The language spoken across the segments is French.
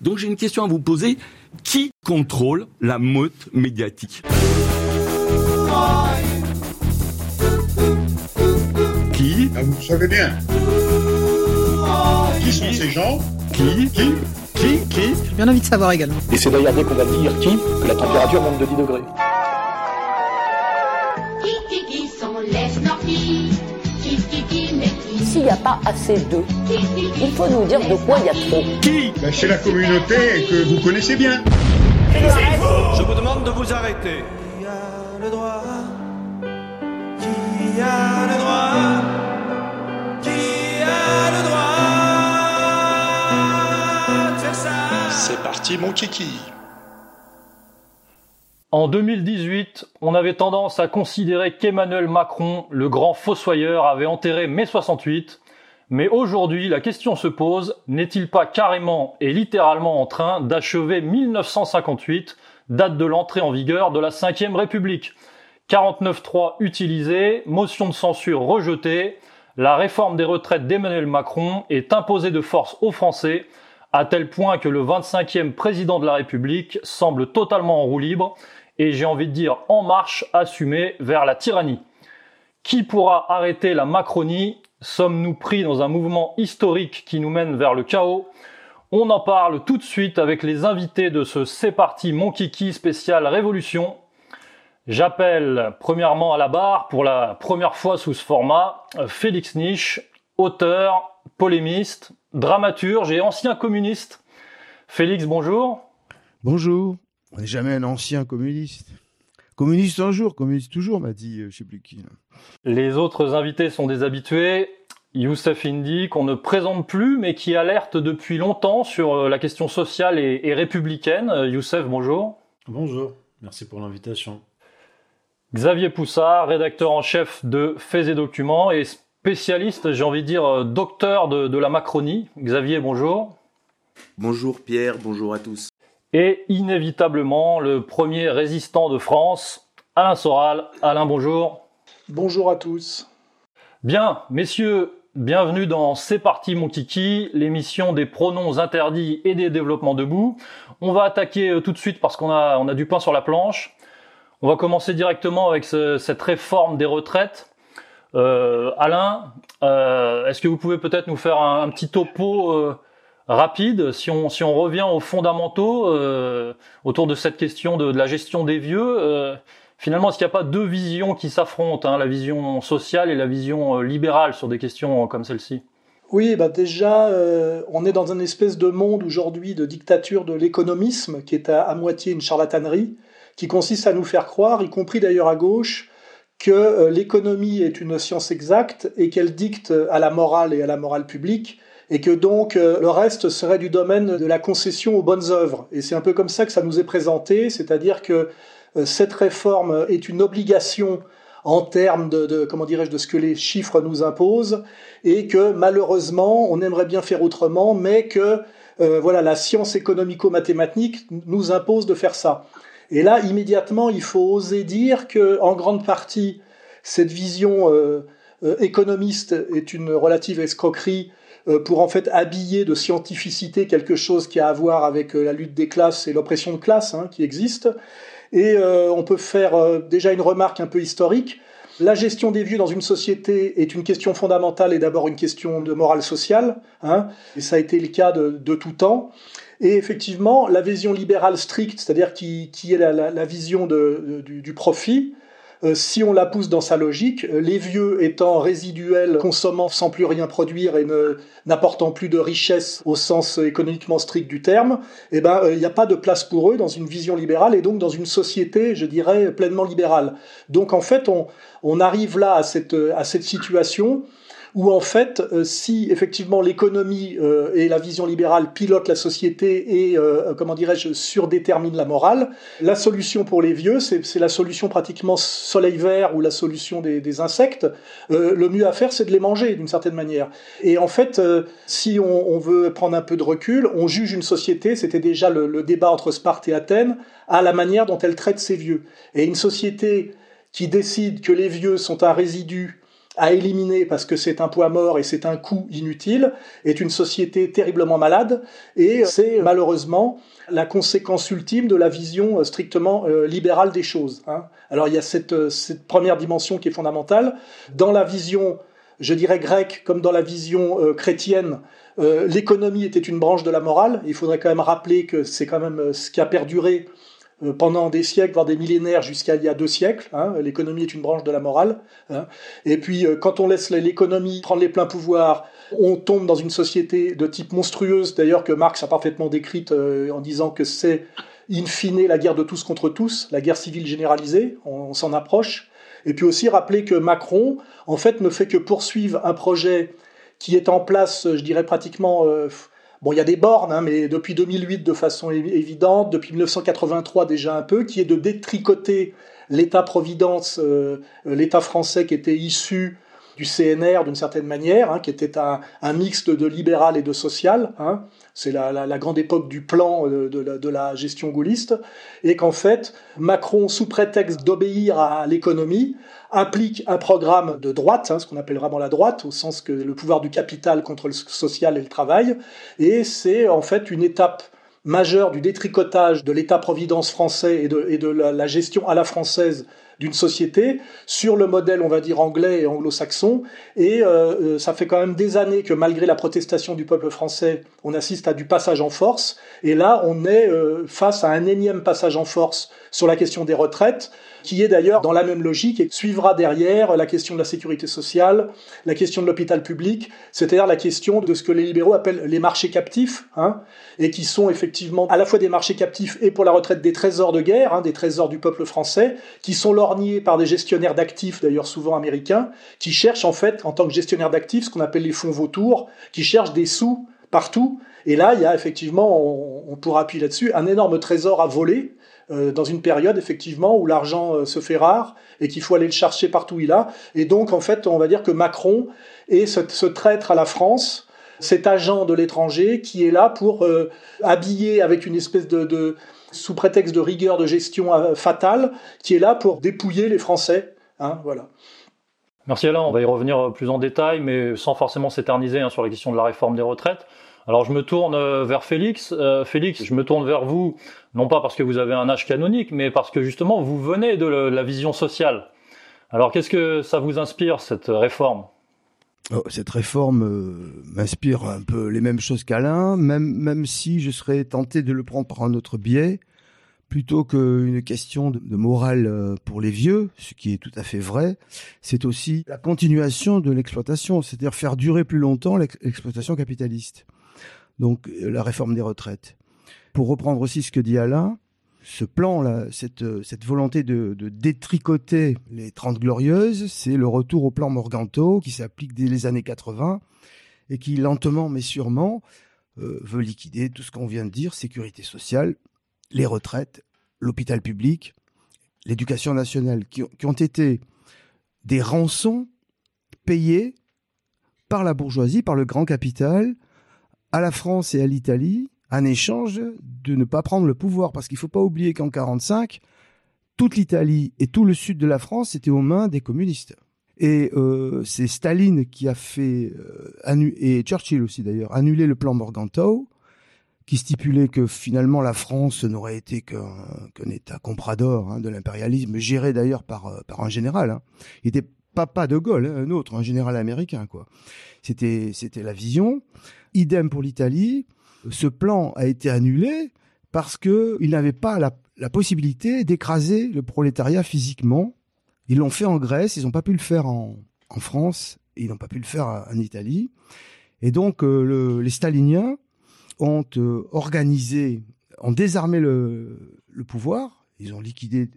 Donc j'ai une question à vous poser. Qui contrôle la meute médiatique ? Qui ? Ah, vous le savez bien. Qui sont ces gens ? Qui ? J'ai bien envie de savoir également. Et c'est d'ailleurs dès qu'on va dire qui que la température monte de 10 degrés. Qui sont les snorkies? Qui, mais qui? S'il n'y a pas assez d'eux, il faut nous dire de quoi il y a trop. Qui ? Ben, c'est la communauté que vous connaissez bien. Je vous demande de vous arrêter. Qui a le droit? Qui a le droit? Qui a le droit de faire ça? C'est parti mon kiki. En 2018, on avait tendance à considérer qu'Emmanuel Macron, le grand fossoyeur, avait enterré mai 68. Mais aujourd'hui, la question se pose, n'est-il pas carrément et littéralement en train d'achever 1958, date de l'entrée en vigueur de la 5e République ? 49.3 utilisé, motion de censure rejetée, la réforme des retraites d'Emmanuel Macron est imposée de force aux Français, à tel point que le 25e président de la République semble totalement en roue libre, et j'ai envie de dire en marche assumée vers la tyrannie. Qui pourra arrêter la Macronie ? Sommes-nous pris dans un mouvement historique qui nous mène vers le chaos ? On en parle tout de suite avec les invités de ce C'est parti mon kiki spécial Révolution. J'appelle premièrement à la barre, pour la première fois sous ce format, Félix Niche, auteur, polémiste, dramaturge et ancien communiste. Félix, bonjour. Bonjour. On n'est jamais un ancien communiste. Communiste un jour, communiste toujours, m'a dit je sais plus qui. Là. Les autres invités sont des habitués. Youssef Indy, qu'on ne présente plus, mais qui alerte depuis longtemps sur la question sociale et républicaine. Youssef, bonjour. Bonjour, merci pour l'invitation. Xavier Poussard, rédacteur en chef de Faits et Documents et spécialiste, j'ai envie de dire, docteur de la Macronie. Xavier, bonjour. Bonjour Pierre, bonjour à tous. Et inévitablement, le premier résistant de France, Alain Soral. Alain, bonjour. Bonjour à tous. Bien, messieurs, bienvenue dans C'est parti mon kiki, l'émission des pronoms interdits et des développements debout. On va attaquer tout de suite parce qu'on a du pain sur la planche. On va commencer directement avec cette réforme des retraites. Alain, est-ce que vous pouvez peut-être nous faire un petit topo rapide, si on revient aux fondamentaux autour de cette question de la gestion des vieux, finalement, est-ce qu'il n'y a pas deux visions qui s'affrontent, la vision sociale et la vision libérale sur des questions comme celle-ci ? Oui, déjà, on est dans une espèce de monde aujourd'hui de dictature de l'économisme qui est à moitié une charlatanerie, qui consiste à nous faire croire, y compris d'ailleurs à gauche, que l'économie est une science exacte et qu'elle dicte à la morale et à la morale publique, et que donc le reste serait du domaine de la concession aux bonnes œuvres. Et c'est un peu comme ça que ça nous est présenté, c'est-à-dire que cette réforme est une obligation en termes de ce que les chiffres nous imposent, et que malheureusement, on aimerait bien faire autrement, mais que la science économico-mathématique nous impose de faire ça. Et là, immédiatement, il faut oser dire que, en grande partie, cette vision économiste est une relative escroquerie pour en fait habiller de scientificité quelque chose qui a à voir avec la lutte des classes et l'oppression de classe qui existe. Et on peut faire déjà une remarque un peu historique. La gestion des vieux dans une société est une question fondamentale et d'abord une question de morale sociale, et ça a été le cas de tout temps. Et effectivement, la vision libérale stricte, c'est-à-dire qui est la vision du profit, si on la pousse dans sa logique, les vieux étant résiduels, consommant sans plus rien produire et n'apportant plus de richesse au sens économiquement strict du terme, il n'y a pas de place pour eux dans une vision libérale et donc dans une société, je dirais, pleinement libérale. Donc en fait, on arrive là à cette situation où en fait, si effectivement l'économie et la vision libérale pilotent la société et, surdéterminent la morale, la solution pour les vieux, c'est la solution pratiquement soleil vert ou la solution des insectes. Le mieux à faire, c'est de les manger d'une certaine manière. Et en fait, si on veut prendre un peu de recul, on juge une société, c'était déjà le débat entre Sparte et Athènes, à la manière dont elle traite ses vieux. Et une société qui décide que les vieux sont un résidu à éliminer parce que c'est un poids mort et c'est un coût inutile, est une société terriblement malade, et c'est malheureusement la conséquence ultime de la vision strictement libérale des choses. Alors il y a cette première dimension qui est fondamentale. Dans la vision, je dirais grecque, comme dans la vision chrétienne, l'économie était une branche de la morale. Il faudrait quand même rappeler que c'est quand même ce qui a perduré pendant des siècles, voire des millénaires, jusqu'à il y a 2 siècles. L'économie est une branche de la morale. Et puis, quand on laisse l'économie prendre les pleins pouvoirs, on tombe dans une société de type monstrueuse, d'ailleurs que Marx a parfaitement décrite en disant que c'est, in fine, la guerre de tous contre tous, la guerre civile généralisée, on s'en approche. Et puis aussi rappeler que Macron, en fait, ne fait que poursuivre un projet qui est en place, je dirais pratiquement... Bon, il y a des bornes, mais depuis 2008 de façon évidente, depuis 1983 déjà un peu, qui est de détricoter l'État-providence, l'État français qui était issu du CNR d'une certaine manière, qui était un mixte de libéral et de social. C'est la grande époque du plan de la gestion gaulliste, et qu'en fait, Macron, sous prétexte d'obéir à l'économie, applique un programme de droite, ce qu'on appelle vraiment la droite, au sens que le pouvoir du capital contre le social et le travail, et c'est en fait une étape majeure du détricotage de l'État-providence français et de la gestion à la française d'une société sur le modèle, on va dire, anglais et anglo-saxon. Et ça fait quand même des années que malgré la protestation du peuple français, on assiste à du passage en force. Et là, on est face à un énième passage en force sur la question des retraites, qui est d'ailleurs dans la même logique et suivra derrière la question de la sécurité sociale, la question de l'hôpital public, c'est-à-dire la question de ce que les libéraux appellent les marchés captifs, et qui sont effectivement à la fois des marchés captifs et pour la retraite des trésors de guerre, des trésors du peuple français, qui sont lorgnés par des gestionnaires d'actifs, d'ailleurs souvent américains, qui cherchent en fait, en tant que gestionnaires d'actifs, ce qu'on appelle les fonds vautours, qui cherchent des sous partout. Et là, il y a effectivement, on pourra appuyer là-dessus, un énorme trésor à voler, dans une période effectivement où l'argent se fait rare et qu'il faut aller le chercher partout où il a. Et donc en fait on va dire que Macron est ce traître à la France, cet agent de l'étranger qui est là pour habiller avec une espèce de sous prétexte de rigueur de gestion fatale, qui est là pour dépouiller les Français. Voilà. Merci Alain, on va y revenir plus en détail, mais sans forcément s'éterniser sur la question de la réforme des retraites. Alors je me tourne vers Félix. Félix, je me tourne vers vous, non pas parce que vous avez un âge canonique, mais parce que justement vous venez de la vision sociale. Alors qu'est-ce que ça vous inspire, cette réforme ? Cette réforme m'inspire un peu les mêmes choses qu'Alain, même si je serais tenté de le prendre par un autre biais, plutôt qu'une question de morale pour les vieux, ce qui est tout à fait vrai. C'est aussi la continuation de l'exploitation, c'est-à-dire faire durer plus longtemps l'exploitation capitaliste. Donc la réforme des retraites. Pour reprendre aussi ce que dit Alain, ce plan-là, cette volonté de détricoter les 30 glorieuses, c'est le retour au plan Morgenthau qui s'applique dès les années 80 et qui lentement mais sûrement veut liquider tout ce qu'on vient de dire, sécurité sociale, les retraites, l'hôpital public, l'éducation nationale, qui ont été des rançons payées par la bourgeoisie, par le grand capital, à la France et à l'Italie, en échange de ne pas prendre le pouvoir. Parce qu'il ne faut pas oublier qu'en 1945, toute l'Italie et tout le sud de la France étaient aux mains des communistes. Et c'est Staline qui a fait, et Churchill aussi d'ailleurs, annuler le plan Morgenthau, qui stipulait que finalement la France n'aurait été qu'un État comprador de l'impérialisme, géré d'ailleurs par un général. Il était pas de Gaulle, un autre, un général américain, quoi. C'était la vision. Idem pour l'Italie. Ce plan a été annulé parce qu'il n'avait pas la possibilité d'écraser le prolétariat physiquement. Ils l'ont fait en Grèce, ils n'ont pas pu le faire en France, et ils n'ont pas pu le faire en Italie. Et donc les staliniens ont organisé, ont désarmé le pouvoir. Ils ont liquidé,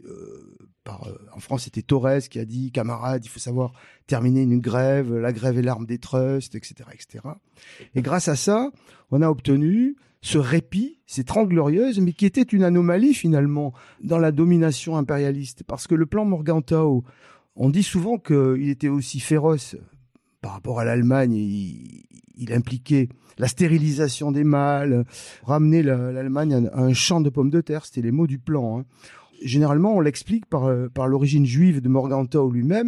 en France, c'était Torres qui a dit « Camarades, il faut savoir terminer une grève, la grève est l'arme des trusts, etc. etc. » Et grâce à ça, on a obtenu ce répit, ces 30 glorieuses, mais qui était une anomalie finalement dans la domination impérialiste. Parce que le plan Morgenthau, on dit souvent qu'il était aussi féroce par rapport à l'Allemagne, il impliquait la stérilisation des mâles, ramener l'Allemagne à un champ de pommes de terre, c'était les mots du plan. Généralement, on l'explique par l'origine juive de Morgenthau lui-même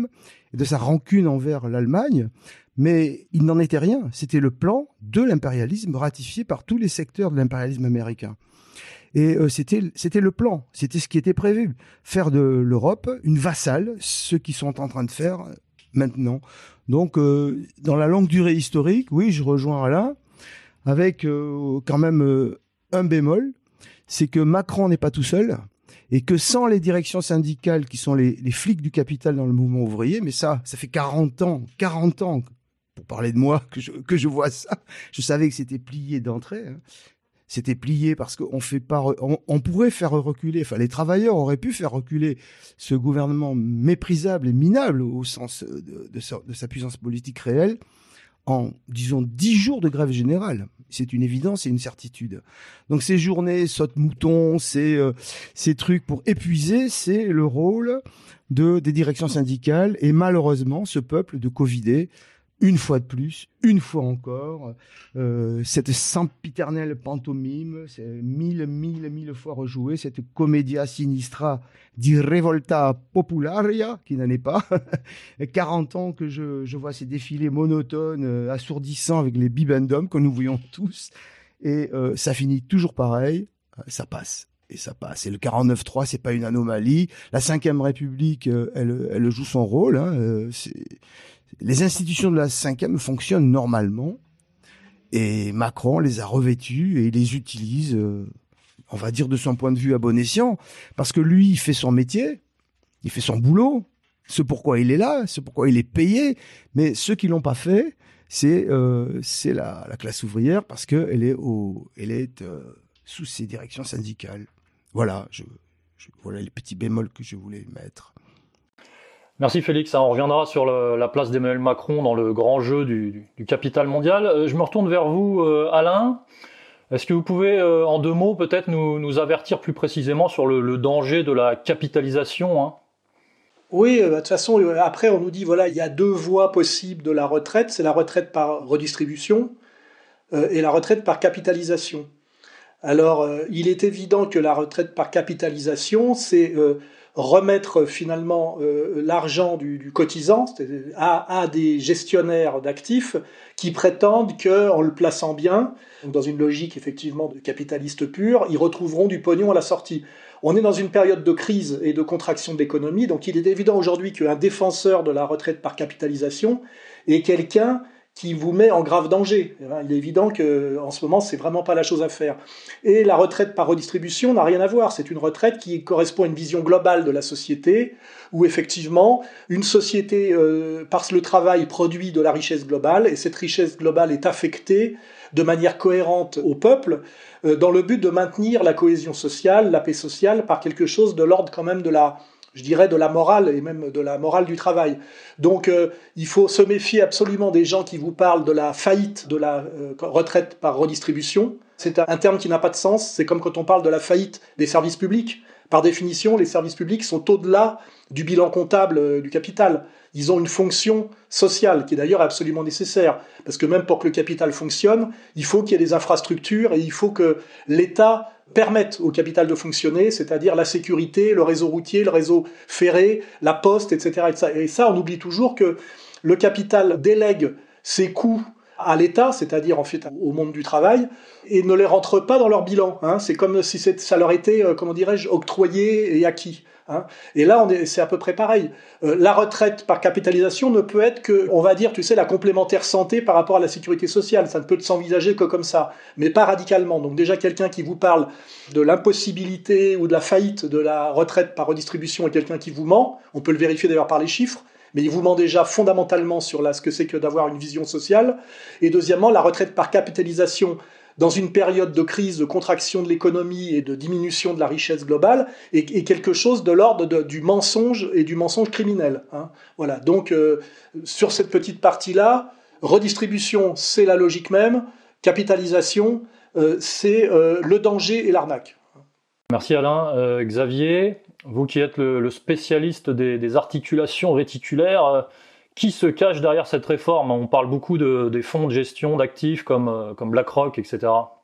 et de sa rancune envers l'Allemagne, mais il n'en était rien. C'était le plan de l'impérialisme ratifié par tous les secteurs de l'impérialisme américain. Et c'était le plan, c'était ce qui était prévu. Faire de l'Europe une vassale, ce qu'ils sont en train de faire maintenant. Donc, dans la longue durée historique, oui, je rejoins Alain, avec quand même un bémol, c'est que Macron n'est pas tout seul, et que sans les directions syndicales, qui sont les flics du capital dans le mouvement ouvrier, mais ça fait 40 ans, pour parler de moi, que je vois ça. Je savais que c'était plié d'entrée, hein. C'était plié parce on pourrait faire reculer, enfin les travailleurs auraient pu faire reculer ce gouvernement méprisable et minable au sens de sa puissance politique réelle en, disons, 10 jours de grève générale. C'est une évidence et une certitude. Donc ces journées saute-mouton, ces trucs pour épuiser, c'est le rôle des directions syndicales et malheureusement ce peuple de Covidé, une fois de plus, une fois encore, cette sempiternelle pantomime, c'est mille fois rejouée, cette commedia sinistra di revolta popularia, qui n'en est pas. 40 ans que je vois ces défilés monotones, assourdissants avec les bibendums que nous voyons tous, et ça finit toujours pareil, ça passe. Et ça passe. Et le 49-3, c'est pas une anomalie. La Ve République, elle joue son rôle, hein, les institutions de la Ve fonctionnent normalement et Macron les a revêtues et les utilise, on va dire de son point de vue à bon escient, parce que lui, il fait son métier, il fait son boulot, ce pourquoi il est là, ce pourquoi il est payé, mais ceux qui l'ont pas fait, c'est la classe ouvrière parce qu'elle est sous ses directions syndicales. Voilà, voilà les petits bémols que je voulais mettre. Merci Félix, on reviendra sur la place d'Emmanuel Macron dans le grand jeu du capital mondial. Je me retourne vers vous, Alain. Est-ce que vous pouvez, en 2 mots, peut-être nous avertir plus précisément sur le danger de la capitalisation, hein ? Oui, de toute façon, après on nous dit, voilà, il y a 2 voies possibles de la retraite, c'est la retraite par redistribution et la retraite par capitalisation. Alors, il est évident que la retraite par capitalisation, c'est remettre finalement l'argent du cotisant à des gestionnaires d'actifs qui prétendent qu'en le plaçant bien, dans une logique effectivement de capitaliste pur, ils retrouveront du pognon à la sortie. On est dans une période de crise et de contraction de l'économie, donc il est évident aujourd'hui qu'un défenseur de la retraite par capitalisation est quelqu'un qui vous met en grave danger. Il est évident qu'en ce moment, c'est vraiment pas la chose à faire. Et la retraite par redistribution n'a rien à voir. C'est une retraite qui correspond à une vision globale de la société, où effectivement, une société, par le travail, produit de la richesse globale, et cette richesse globale est affectée de manière cohérente au peuple, dans le but de maintenir la cohésion sociale, la paix sociale, par quelque chose de l'ordre quand même de la morale et même de la morale du travail. Donc il faut se méfier absolument des gens qui vous parlent de la faillite de la retraite par redistribution. C'est un terme qui n'a pas de sens. C'est comme quand on parle de la faillite des services publics. Par définition, les services publics sont au-delà du bilan comptable du capital. Ils ont une fonction sociale qui est d'ailleurs absolument nécessaire. Parce que même pour que le capital fonctionne, il faut qu'il y ait des infrastructures et il faut que l'État permettent au capital de fonctionner, c'est-à-dire la sécurité, le réseau routier, le réseau ferré, la poste, etc. Et ça, on oublie toujours que le capital délègue ses coûts à l'État, c'est-à-dire en fait au monde du travail, et ne les rentre pas dans leur bilan. Hein. C'est comme si ça leur était, octroyé et acquis. Hein. Et là, c'est à peu près pareil. La retraite par capitalisation ne peut être que, on va dire, la complémentaire santé par rapport à la sécurité sociale. Ça ne peut s'envisager que comme ça, mais pas radicalement. Donc déjà, quelqu'un qui vous parle de l'impossibilité ou de la faillite de la retraite par redistribution est quelqu'un qui vous ment. On peut le vérifier d'ailleurs par les chiffres. Mais il vous ment déjà fondamentalement sur ce que c'est que d'avoir une vision sociale. Et deuxièmement, la retraite par capitalisation dans une période de crise, de contraction de l'économie et de diminution de la richesse globale, est quelque chose de l'ordre du mensonge et du mensonge criminel. Hein. Voilà. Donc, sur cette petite partie-là, redistribution, c'est la logique même. Capitalisation, c'est le danger et l'arnaque. Merci Alain. Xavier, vous qui êtes le spécialiste des articulations réticulaires, qui se cache derrière cette réforme ? On parle beaucoup des fonds de gestion d'actifs comme BlackRock, etc.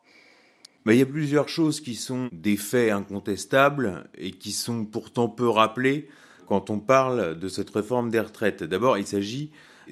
Il y a plusieurs choses qui sont des faits incontestables et qui sont pourtant peu rappelés. quand on parle de cette réforme des retraites. D'abord, il s'agit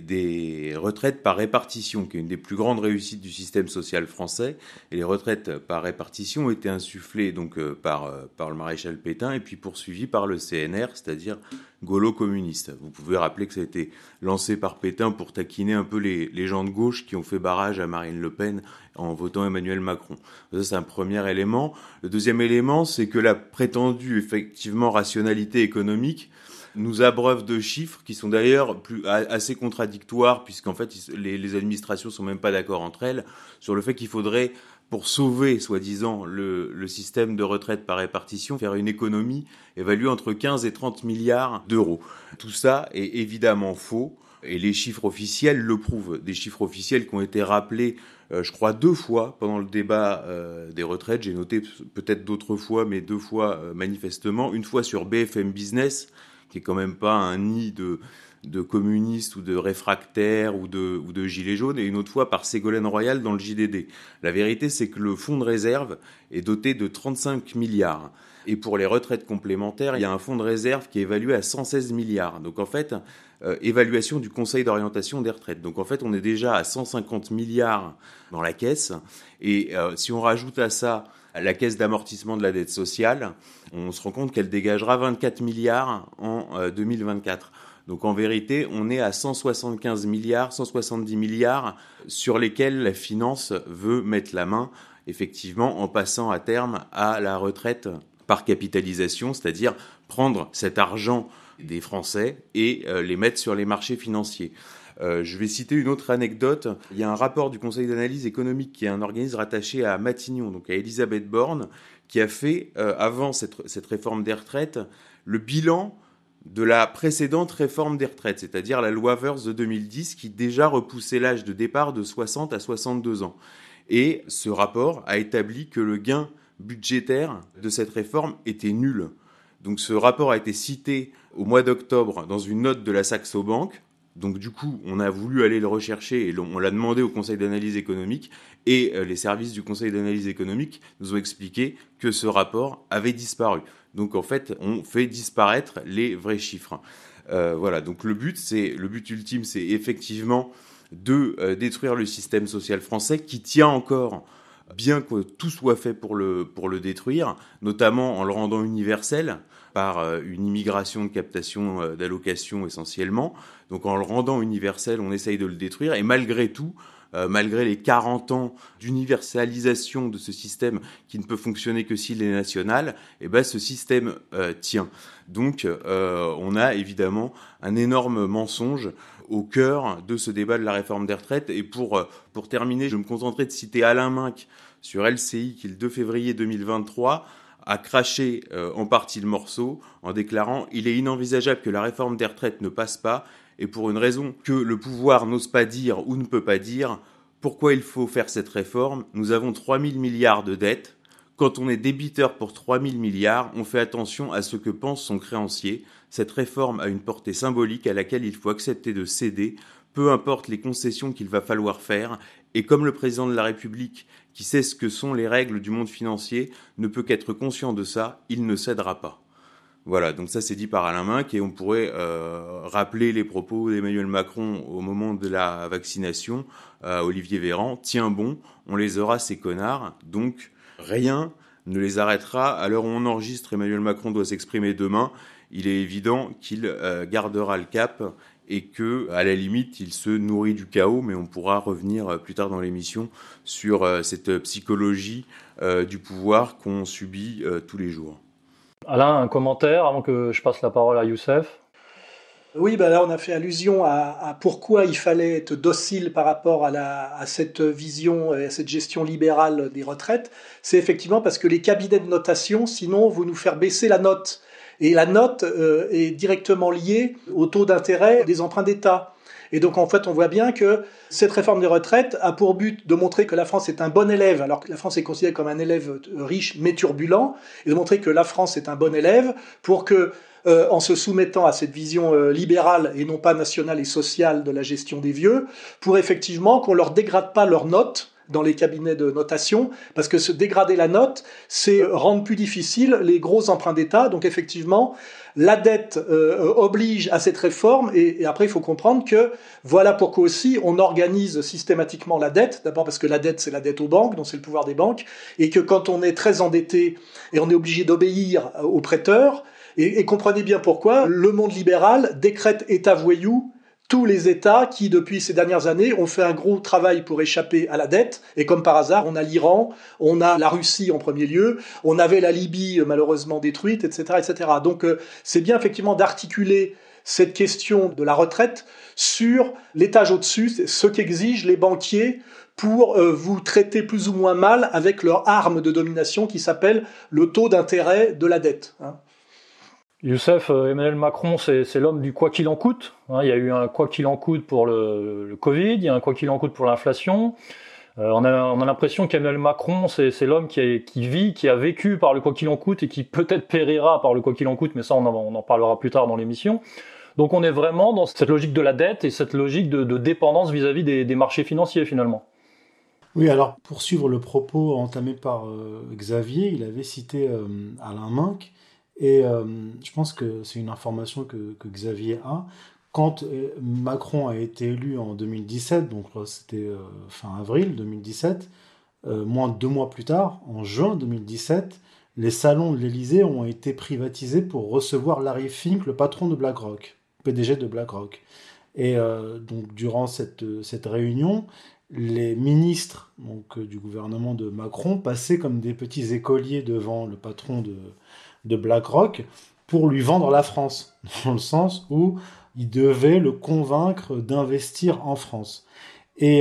des retraites par répartition, qui est une des plus grandes réussites du système social français. Et les retraites par répartition ont été insufflées donc par le maréchal Pétain et puis poursuivies par le CNR, c'est-à-dire gaulo-communiste. Vous pouvez rappeler que ça a été lancé par Pétain pour taquiner un peu les gens de gauche qui ont fait barrage à Marine Le Pen en votant Emmanuel Macron. Ça, c'est un premier élément. Le deuxième élément, c'est que la prétendue, effectivement, rationalité économique nous abreuve de chiffres qui sont d'ailleurs assez contradictoires, puisqu'en fait, les administrations sont même pas d'accord entre elles, sur le fait qu'il faudrait, pour sauver, soi-disant, le système de retraite par répartition, faire une économie évaluée entre 15 et 30 milliards d'euros. Tout ça est évidemment faux, et les chiffres officiels le prouvent. Des chiffres officiels qui ont été rappelés, je crois, 2 fois pendant le débat des retraites. J'ai noté peut-être d'autres fois, mais 2 fois manifestement. Une fois sur BFM Business, qui est quand même pas un nid de communistes ou de réfractaires ou de gilets jaunes, et une autre fois par Ségolène Royal dans le JDD. La vérité, c'est que le fonds de réserve est doté de 35 milliards. Et pour les retraites complémentaires, il y a un fonds de réserve qui est évalué à 116 milliards. Donc en fait, évaluation du Conseil d'orientation des retraites. Donc en fait, on est déjà à 150 milliards dans la caisse. Et si on rajoute à ça la caisse d'amortissement de la dette sociale, on se rend compte qu'elle dégagera 24 milliards en 2024. Donc en vérité, on est à 175 milliards, 170 milliards sur lesquels la finance veut mettre la main, effectivement, en passant à terme à la retraite par capitalisation, c'est-à-dire prendre cet argent des Français et les mettre sur les marchés financiers. Je vais citer une autre anecdote. Il y a un rapport du Conseil d'analyse économique qui est un organisme rattaché à Matignon, donc à Elisabeth Borne, qui a fait, avant cette réforme des retraites, le bilan de la précédente réforme des retraites, c'est-à-dire la loi Woerth de 2010, qui déjà repoussait l'âge de départ de 60 à 62 ans. Et ce rapport a établi que le gain budgétaire de cette réforme était nul. Donc ce rapport a été cité au mois d'octobre dans une note de la Saxo Bank. Donc du coup, on a voulu aller le rechercher et on l'a demandé au Conseil d'analyse économique, et les services du Conseil d'analyse économique nous ont expliqué que ce rapport avait disparu. Donc en fait, on fait disparaître les vrais chiffres. Voilà, donc le but ultime, c'est effectivement de détruire le système social français qui tient encore, bien que tout soit fait pour le détruire, notamment en le rendant universel par une immigration de captation d'allocations essentiellement. Donc en le rendant universel, on essaye de le détruire, et malgré tout, malgré les 40 ans d'universalisation de ce système qui ne peut fonctionner que s'il est national, ce système tient. Donc on a évidemment un énorme mensonge au cœur de ce débat de la réforme des retraites. Et pour terminer, je me contenterai de citer Alain Minc sur LCI qui, le 2 février 2023, a craché en partie le morceau en déclarant « Il est inenvisageable que la réforme des retraites ne passe pas, et pour une raison que le pouvoir n'ose pas dire ou ne peut pas dire, pourquoi il faut faire cette réforme ? Nous avons 3 000 milliards de dettes. Quand on est débiteur pour 3 000 milliards, on fait attention à ce que pense son créancier. Cette réforme a une portée symbolique à laquelle il faut accepter de céder, peu importe les concessions qu'il va falloir faire. Et comme le président de la République, qui sait ce que sont les règles du monde financier, ne peut qu'être conscient de ça, il ne cédera pas. » Voilà, donc ça c'est dit par Alain Minc, et on pourrait rappeler les propos d'Emmanuel Macron au moment de la vaccination à Olivier Véran. Tiens bon, on les aura ces connards, donc rien ne les arrêtera. À l'heure où on enregistre, Emmanuel Macron doit s'exprimer demain. Il est évident qu'il gardera le cap et que, à la limite, il se nourrit du chaos, mais on pourra revenir plus tard dans l'émission sur cette psychologie du pouvoir qu'on subit tous les jours. Alain, un commentaire avant que je passe la parole à Youssef ? Oui, là on a fait allusion à pourquoi il fallait être docile par rapport à cette vision et à cette gestion libérale des retraites. C'est effectivement parce que les cabinets de notation, sinon, vont nous faire baisser la note. Et la note est directement liée au taux d'intérêt des emprunts d'État. Et donc en fait, on voit bien que cette réforme des retraites a pour but de montrer que la France est un bon élève, alors que la France est considérée comme un élève riche mais turbulent, et de montrer que la France est un bon élève pour que en se soumettant à cette vision libérale et non pas nationale et sociale de la gestion des vieux, pour effectivement qu'on leur dégrade pas leurs notes dans les cabinets de notation, parce que se dégrader la note, c'est rendre plus difficile les gros emprunts d'État. Donc effectivement, la dette oblige à cette réforme, et après il faut comprendre que voilà pourquoi aussi on organise systématiquement la dette. D'abord parce que la dette, c'est la dette aux banques, donc c'est le pouvoir des banques, et que quand on est très endetté et on est obligé d'obéir aux prêteurs, et comprenez bien pourquoi, le monde libéral décrète État voyou tous les États qui, depuis ces dernières années, ont fait un gros travail pour échapper à la dette. Et comme par hasard, on a l'Iran, on a la Russie en premier lieu, on avait la Libye malheureusement détruite, etc., etc. Donc c'est bien effectivement d'articuler cette question de la retraite sur l'étage au-dessus, ce qu'exigent les banquiers pour vous traiter plus ou moins mal avec leur arme de domination qui s'appelle le taux d'intérêt de la dette. Youssef, Emmanuel Macron, c'est l'homme du quoi qu'il en coûte. Il y a eu un quoi qu'il en coûte pour le Covid, il y a un quoi qu'il en coûte pour l'inflation. On a l'impression qu'Emmanuel Macron, c'est l'homme qui a vécu par le quoi qu'il en coûte et qui peut-être périra par le quoi qu'il en coûte, mais ça on en parlera plus tard dans l'émission. Donc on est vraiment dans cette logique de la dette et cette logique de dépendance vis-à-vis des marchés financiers finalement. Oui, alors pour suivre le propos entamé par Xavier, il avait cité Alain Minc. Et je pense que c'est une information que Xavier a. Quand Macron a été élu en 2017, donc c'était fin avril 2017, moins de 2 mois plus tard, en juin 2017, les salons de l'Élysée ont été privatisés pour recevoir Larry Fink, le patron de BlackRock, PDG de BlackRock. Et donc durant cette réunion, les ministres du gouvernement de Macron passaient comme des petits écoliers devant le patron de BlackRock pour lui vendre la France, dans le sens où il devait le convaincre d'investir en France. Et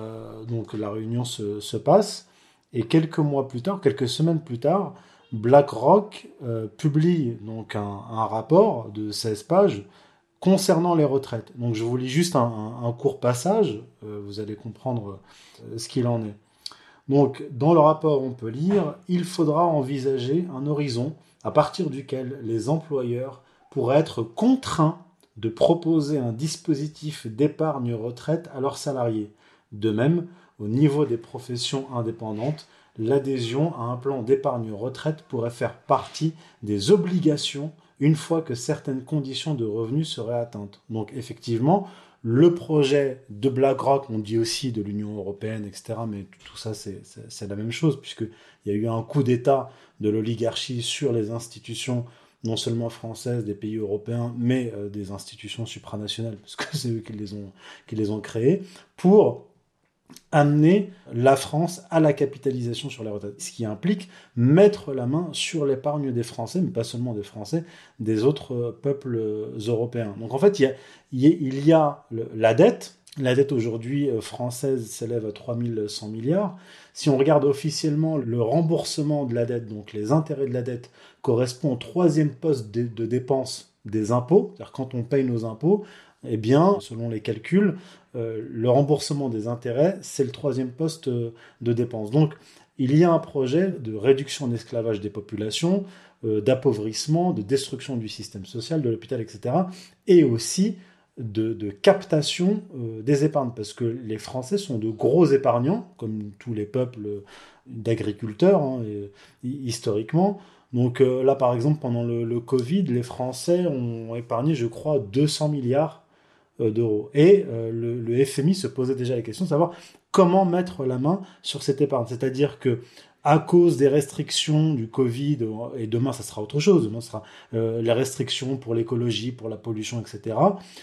donc la réunion se passe, et quelques semaines plus tard, BlackRock publie donc un rapport de 16 pages concernant les retraites. Donc je vous lis juste un court passage, vous allez comprendre ce qu'il en est. Donc dans le rapport, on peut lire « Il faudra envisager un horizon à partir duquel les employeurs pourraient être contraints de proposer un dispositif d'épargne retraite à leurs salariés. De même, au niveau des professions indépendantes, l'adhésion à un plan d'épargne retraite pourrait faire partie des obligations une fois que certaines conditions de revenus seraient atteintes. » Donc effectivement, le projet de BlackRock, on dit aussi de l'Union européenne, etc., mais tout ça c'est la même chose, puisqu'il y a eu un coup d'État de l'oligarchie sur les institutions, non seulement françaises, des pays européens, mais des institutions supranationales, parce que c'est eux qui les ont créées, pour amener la France à la capitalisation sur les retraites, ce qui implique mettre la main sur l'épargne des Français, mais pas seulement des Français, des autres peuples européens. Donc en fait, il y a la dette. La dette aujourd'hui française s'élève à 3100 milliards. Si on regarde officiellement le remboursement de la dette, donc les intérêts de la dette, correspond au 3e poste de dépenses des impôts, c'est-à-dire quand on paye nos impôts, eh bien, selon les calculs, le remboursement des intérêts, c'est le 3e poste de dépenses. Donc, il y a un projet de réduction d'esclavage des populations, d'appauvrissement, de destruction du système social, de l'hôpital, etc. Et aussi de captation des épargnes, parce que les Français sont de gros épargnants, comme tous les peuples d'agriculteurs, historiquement. Donc là, par exemple, pendant le Covid, les Français ont épargné, je crois, 200 milliards d'euros. Et le FMI se posait déjà la question de savoir comment mettre la main sur cette épargne. C'est-à-dire que à cause des restrictions du Covid, et demain ça sera autre chose, demain ce sera les restrictions pour l'écologie, pour la pollution, etc.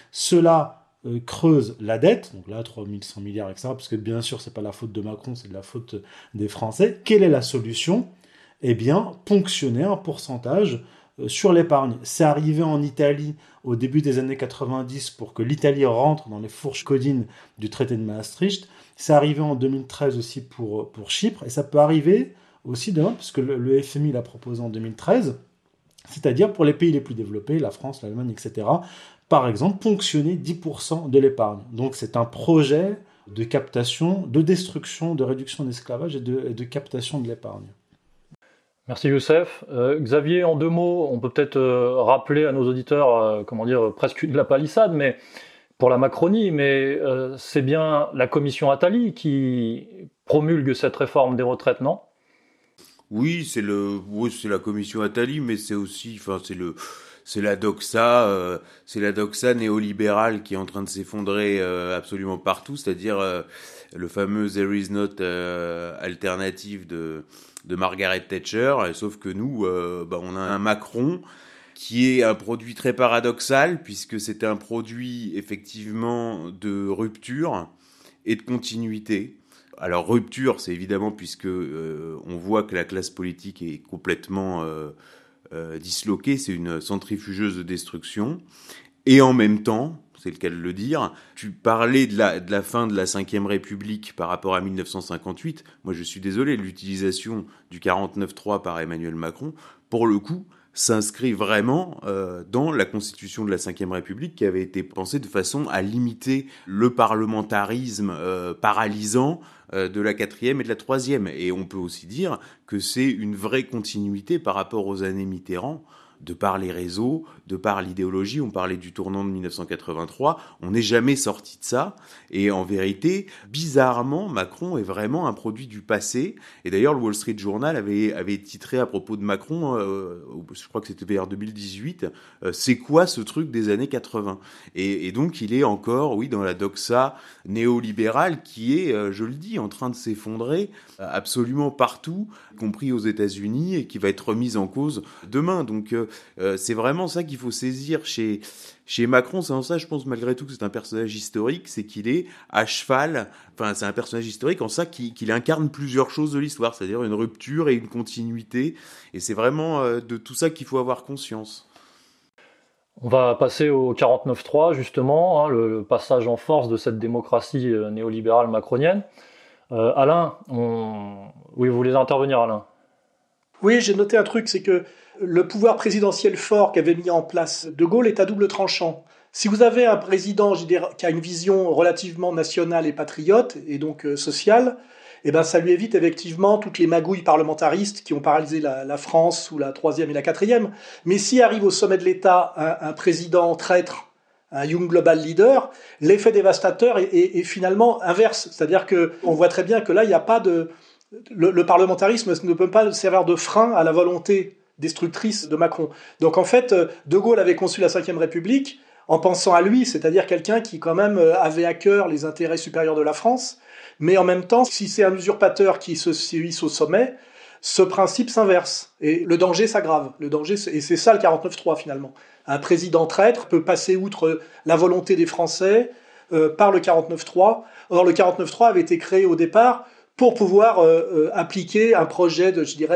Cela creuse la dette, donc là 3100 milliards, etc. Parce que bien sûr c'est pas la faute de Macron, c'est de la faute des Français. Quelle est la solution ? Eh bien, ponctionner un pourcentage sur l'épargne. C'est arrivé en Italie au début des années 90 pour que l'Italie rentre dans les fourches codines du traité de Maastricht. C'est arrivé en 2013 aussi pour Chypre, et ça peut arriver aussi demain, puisque le FMI l'a proposé en 2013, c'est-à-dire pour les pays les plus développés, la France, l'Allemagne, etc., par exemple, ponctionner 10% de l'épargne. Donc c'est un projet de captation, de destruction, de réduction d'esclavage et de captation de l'épargne. Merci Youssef. Xavier, en 2 mots, on peut peut-être rappeler à nos auditeurs, presque de la palissade, mais pour la Macronie, mais c'est bien la commission Attali qui promulgue cette réforme des retraites, non ? Oui, c'est la commission Attali, mais c'est aussi, c'est la doxa néolibérale qui est en train de s'effondrer absolument partout, c'est-à-dire le fameux There is not alternative de Margaret Thatcher, sauf que nous, on a un Macron qui est un produit très paradoxal, puisque c'est un produit effectivement de rupture et de continuité. Alors rupture, c'est évidemment puisque on voit que la classe politique est complètement disloquée, c'est une centrifugeuse de destruction, et en même temps, c'est le cas de le dire, tu parlais de la fin de la Ve République par rapport à 1958, moi je suis désolé, l'utilisation du 49.3 par Emmanuel Macron, pour le coup, s'inscrit vraiment dans la constitution de la Ve République qui avait été pensée de façon à limiter le parlementarisme paralysant de la 4e et de la 3e. Et on peut aussi dire que c'est une vraie continuité par rapport aux années Mitterrand, de par les réseaux, de par l'idéologie. On parlait du tournant de 1983, on n'est jamais sorti de ça, et en vérité, bizarrement, Macron est vraiment un produit du passé, et d'ailleurs le Wall Street Journal avait titré à propos de Macron, je crois que c'était vers 2018, c'est quoi ce truc des années 80 ? Et donc il est encore, oui, dans la doxa néolibérale qui est, je le dis, en train de s'effondrer absolument partout, y compris aux États-Unis, et qui va être remise en cause demain. Donc c'est vraiment ça qu'il faut saisir chez Macron. C'est en ça, je pense malgré tout que c'est un personnage historique, c'est qu'il est à cheval, c'est un personnage historique en ça qu'il incarne plusieurs choses de l'histoire, c'est-à-dire une rupture et une continuité, et c'est vraiment de tout ça qu'il faut avoir conscience. On va passer au 49.3 justement, le passage en force de cette démocratie néolibérale macronienne. Alain, oui, vous voulez intervenir, Alain ? Oui, j'ai noté un truc, c'est que le pouvoir présidentiel fort qu'avait mis en place De Gaulle est à double tranchant. Si vous avez un président qui a une vision relativement nationale et patriote, et donc sociale, ça lui évite effectivement toutes les magouilles parlementaristes qui ont paralysé la France sous la 3e et la 4e. Mais s'il arrive au sommet de l'État un président traître, un Young Global Leader, l'effet dévastateur est finalement inverse. C'est-à-dire qu'on voit très bien que là, il n'y a pas de... Le parlementarisme ne peut pas servir de frein à la volonté destructrice de Macron. Donc en fait, De Gaulle avait conçu la Ve République en pensant à lui, c'est-à-dire quelqu'un qui quand même avait à cœur les intérêts supérieurs de la France, mais en même temps, si c'est un usurpateur qui se hisse au sommet, ce principe s'inverse et le danger s'aggrave. Et c'est ça le 49.3 finalement. Un président traître peut passer outre la volonté des Français par le 49.3. Or le 49.3 avait été créé au départ pour pouvoir appliquer un projet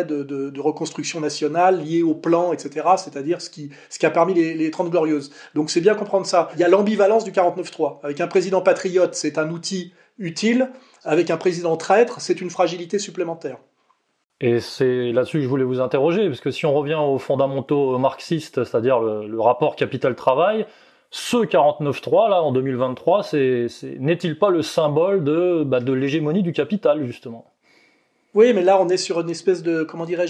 de reconstruction nationale lié au plan, etc., c'est-à-dire ce qui a permis les 30 Glorieuses. Donc c'est bien comprendre ça. Il y a l'ambivalence du 49.3. Avec un président patriote, c'est un outil utile. Avec un président traître, c'est une fragilité supplémentaire. Et c'est là-dessus que je voulais vous interroger, parce que si on revient aux fondamentaux marxistes, c'est-à-dire le rapport capital-travail, ce 49.3, là, en 2023, n'est-il pas le symbole de l'hégémonie du capital, justement ? Oui, mais là, on est sur une espèce de...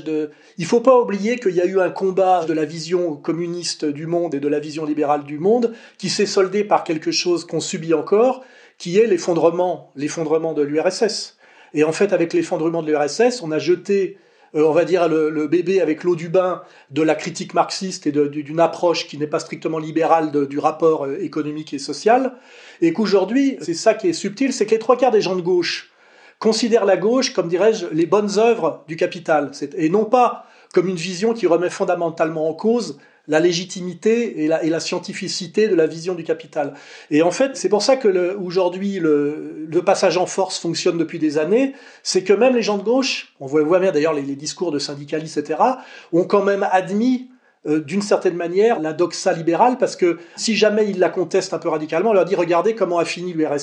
Il faut pas oublier qu'il y a eu un combat de la vision communiste du monde et de la vision libérale du monde qui s'est soldé par quelque chose qu'on subit encore, qui est l'effondrement de l'URSS. Et en fait, avec l'effondrement de l'URSS, on a jeté... on va dire le bébé avec l'eau du bain de la critique marxiste et d'une approche qui n'est pas strictement libérale du rapport économique et social, et qu'aujourd'hui, c'est ça qui est subtil, c'est que les 3/4 des gens de gauche considèrent la gauche comme, dirais-je, les bonnes œuvres du capital, et non pas comme une vision qui remet fondamentalement en cause la légitimité et la scientificité de la vision du capital. Et en fait, c'est pour ça que aujourd'hui, le passage en force fonctionne depuis des années, c'est que même les gens de gauche, on voit bien d'ailleurs les discours de syndicalistes, etc., ont quand même admis d'une certaine manière la doxa libérale, parce que si jamais ils la contestent un peu radicalement, on leur dit « Regardez comment a fini l'URSS »,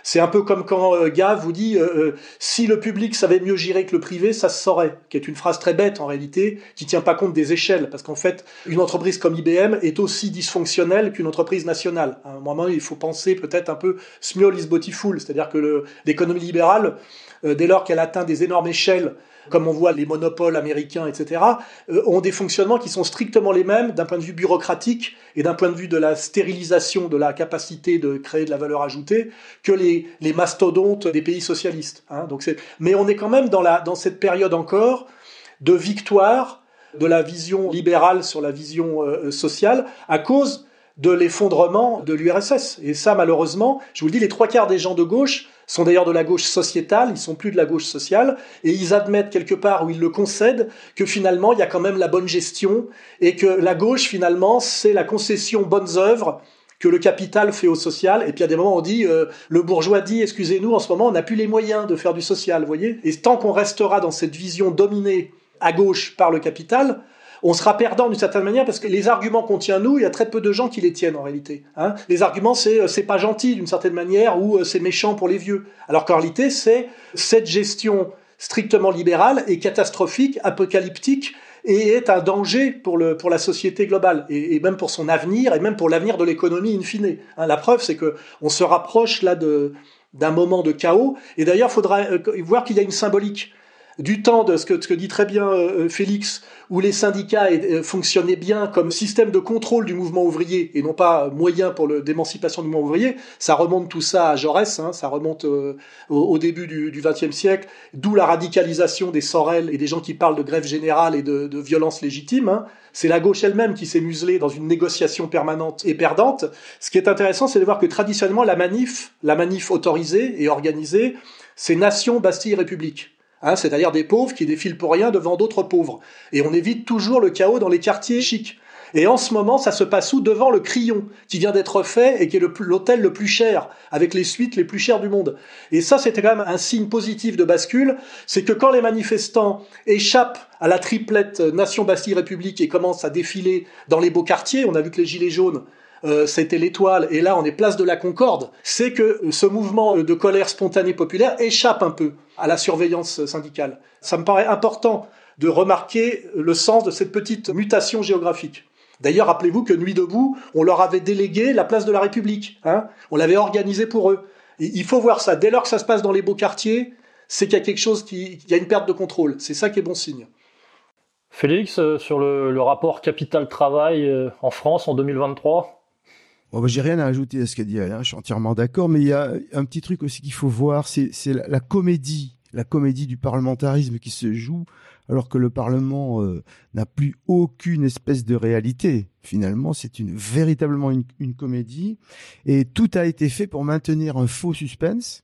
C'est un peu comme quand Gave vous dit si le public savait mieux gérer que le privé, ça se saurait, qui est une phrase très bête en réalité, qui tient pas compte des échelles, parce qu'en fait, une entreprise comme IBM est aussi dysfonctionnelle qu'une entreprise nationale. À un moment, il faut penser peut-être un peu small is beautiful, c'est-à-dire que l'économie libérale, dès lors qu'elle atteint des énormes échelles, comme on voit les monopoles américains, etc., ont des fonctionnements qui sont strictement les mêmes d'un point de vue bureaucratique et d'un point de vue de la stérilisation de la capacité de créer de la valeur ajoutée que les mastodontes des pays socialistes. Hein. Mais on est quand même dans cette période encore de victoire de la vision libérale sur la vision sociale à cause de l'effondrement de l'URSS. Et ça, malheureusement, je vous le dis, les 3/4 des gens de gauche sont d'ailleurs de la gauche sociétale, ils sont plus de la gauche sociale, et ils admettent quelque part, ou ils le concèdent, que finalement, il y a quand même la bonne gestion, et que la gauche, finalement, c'est la concession bonnes œuvres que le capital fait au social, et puis à des moments on dit, le bourgeois dit, excusez-nous, en ce moment on n'a plus les moyens de faire du social, vous voyez. Et tant qu'on restera dans cette vision dominée à gauche par le capital, on sera perdant d'une certaine manière parce que les arguments qu'on tient nous, il y a très peu de gens qui les tiennent en réalité. Hein. Les arguments, c'est pas gentil d'une certaine manière ou c'est méchant pour les vieux. Alors qu'en réalité, c'est cette gestion strictement libérale est catastrophique, apocalyptique et est un danger pour la société globale et même pour son avenir et même pour l'avenir de l'économie in fine. Hein, la preuve, c'est que on se rapproche là d'un moment de chaos. Et d'ailleurs, il faudra voir qu'il y a une symbolique du temps de ce que dit très bien Félix, où les syndicats fonctionnaient bien comme système de contrôle du mouvement ouvrier et non pas moyen pour l'émancipation du mouvement ouvrier. Ça remonte tout ça à Jaurès, hein, ça remonte au début du XXe siècle, d'où la radicalisation des Sorel et des gens qui parlent de grève générale et de violence légitime. Hein. C'est la gauche elle-même qui s'est muselée dans une négociation permanente et perdante. Ce qui est intéressant, c'est de voir que traditionnellement, la manif autorisée et organisée, c'est Nation, Bastille, République. Hein, c'est-à-dire des pauvres qui défilent pour rien devant d'autres pauvres. Et on évite toujours le chaos dans les quartiers chics. Et en ce moment, ça se passe où ? Devant le Crillon, qui vient d'être fait et qui est l'hôtel le plus cher, avec les suites les plus chères du monde. Et ça, c'était quand même un signe positif de bascule, c'est que quand les manifestants échappent à la triplette Nation, Bastille, République et commencent à défiler dans les beaux quartiers, on a vu que les Gilets jaunes, c'était l'Étoile, et là on est place de la Concorde, c'est que ce mouvement de colère spontanée populaire échappe un peu à la surveillance syndicale. Ça me paraît important de remarquer le sens de cette petite mutation géographique. D'ailleurs, rappelez-vous que Nuit debout, on leur avait délégué la place de la République. Hein, on l'avait organisée pour eux. Et il faut voir ça. Dès lors que ça se passe dans les beaux quartiers, c'est qu'il y a quelque chose il y a une perte de contrôle. C'est ça qui est bon signe. Félix, sur le rapport capital-travail en France en 2023 ? Bon, j'ai rien à ajouter à ce qu'a dit Alain, je suis entièrement d'accord, mais il y a un petit truc aussi qu'il faut voir, c'est la comédie du parlementarisme qui se joue, alors que le Parlement n'a plus aucune espèce de réalité. Finalement, c'est véritablement une comédie, et tout a été fait pour maintenir un faux suspense,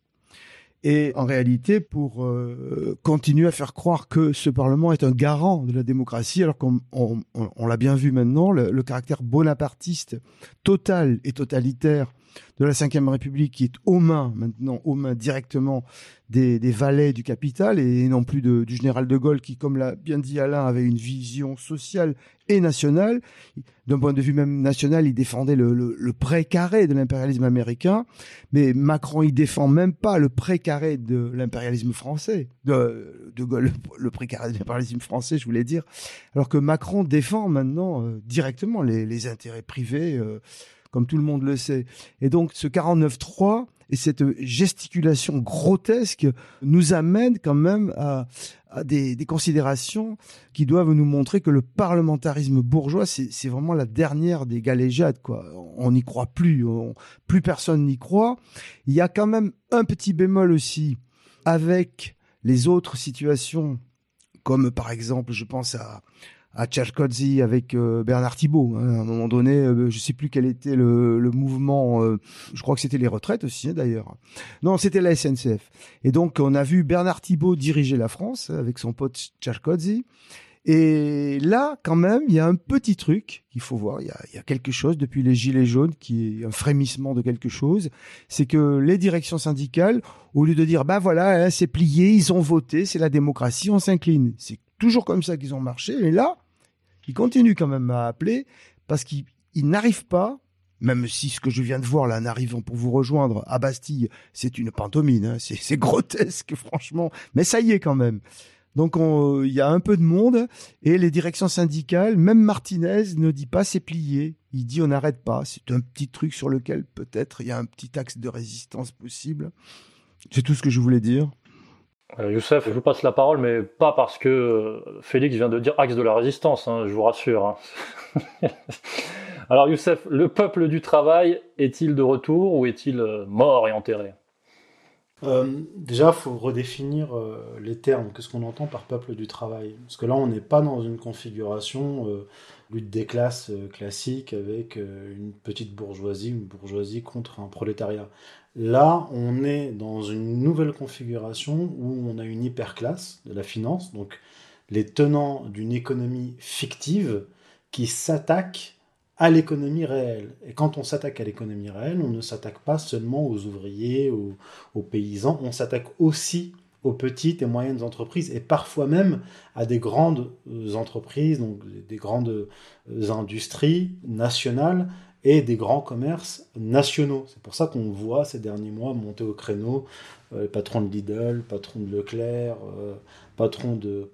et en réalité pour continuer à faire croire que ce Parlement est un garant de la démocratie, alors qu'on l'a bien vu maintenant, le caractère bonapartiste total et totalitaire de la Ve République qui est aux mains directement des valets du capital et non plus du général de Gaulle qui, comme l'a bien dit Alain, avait une vision sociale et nationale. D'un point de vue même national, il défendait le précaré de l'impérialisme américain, mais Macron, il défend même pas le précaré de l'impérialisme français, de Gaulle, le précaré de l'impérialisme français, je voulais dire, alors que Macron défend maintenant directement les intérêts privés, comme tout le monde le sait. Et donc, ce 49-3 et cette gesticulation grotesque nous amène quand même à des considérations qui doivent nous montrer que le parlementarisme bourgeois, c'est vraiment la dernière des galéjades, quoi. On n'y croit plus, plus personne n'y croit. Il y a quand même un petit bémol aussi avec les autres situations, comme par exemple, je pense à Tcharkodzy avec Bernard Thibault. Hein. À un moment donné, je sais plus quel était le mouvement, je crois que c'était les retraites aussi, hein, d'ailleurs. Non, c'était la SNCF. Et donc, on a vu Bernard Thibault diriger la France avec son pote Tcharkodzy. Et là, quand même, il y a un petit truc qu'il faut voir. Il y a quelque chose depuis les Gilets jaunes qui est un frémissement de quelque chose. C'est que les directions syndicales, au lieu de dire, bah voilà, hein, c'est plié, ils ont voté, c'est la démocratie, on s'incline. C'est toujours comme ça qu'ils ont marché. Et là, ils continuent quand même à appeler parce qu'ils n'arrivent pas Même si ce que je viens de voir là en arrivant pour vous rejoindre à Bastille, c'est une pantomime, hein. C'est grotesque franchement, mais ça y est quand même. Donc il y a un peu de monde et les directions syndicales, même Martinez ne dit pas c'est plié, il dit on n'arrête pas. C'est un petit truc sur lequel peut-être il y a un petit axe de résistance possible. C'est tout ce que je voulais dire. Youssef, je vous passe la parole, mais pas parce que Félix vient de dire axe de la résistance, hein, je vous rassure. Hein. Alors Youssef, le peuple du travail est-il de retour ou est-il mort et enterré ? Déjà, il faut redéfinir les termes. Qu'est-ce qu'on entend par peuple du travail ? Parce que là, on n'est pas dans une configuration lutte des classes classique avec une petite bourgeoisie, une bourgeoisie contre un prolétariat. Là, on est dans une nouvelle configuration où on a une hyperclasse de la finance, donc les tenants d'une économie fictive qui s'attaque à l'économie réelle. Et quand on s'attaque à l'économie réelle, on ne s'attaque pas seulement aux ouvriers, aux paysans, on s'attaque aussi aux petites et moyennes entreprises, et parfois même à des grandes entreprises, donc des grandes industries nationales et des grands commerces nationaux. C'est pour ça qu'on voit ces derniers mois monter au créneau patron de Lidl, patron de Leclerc, patron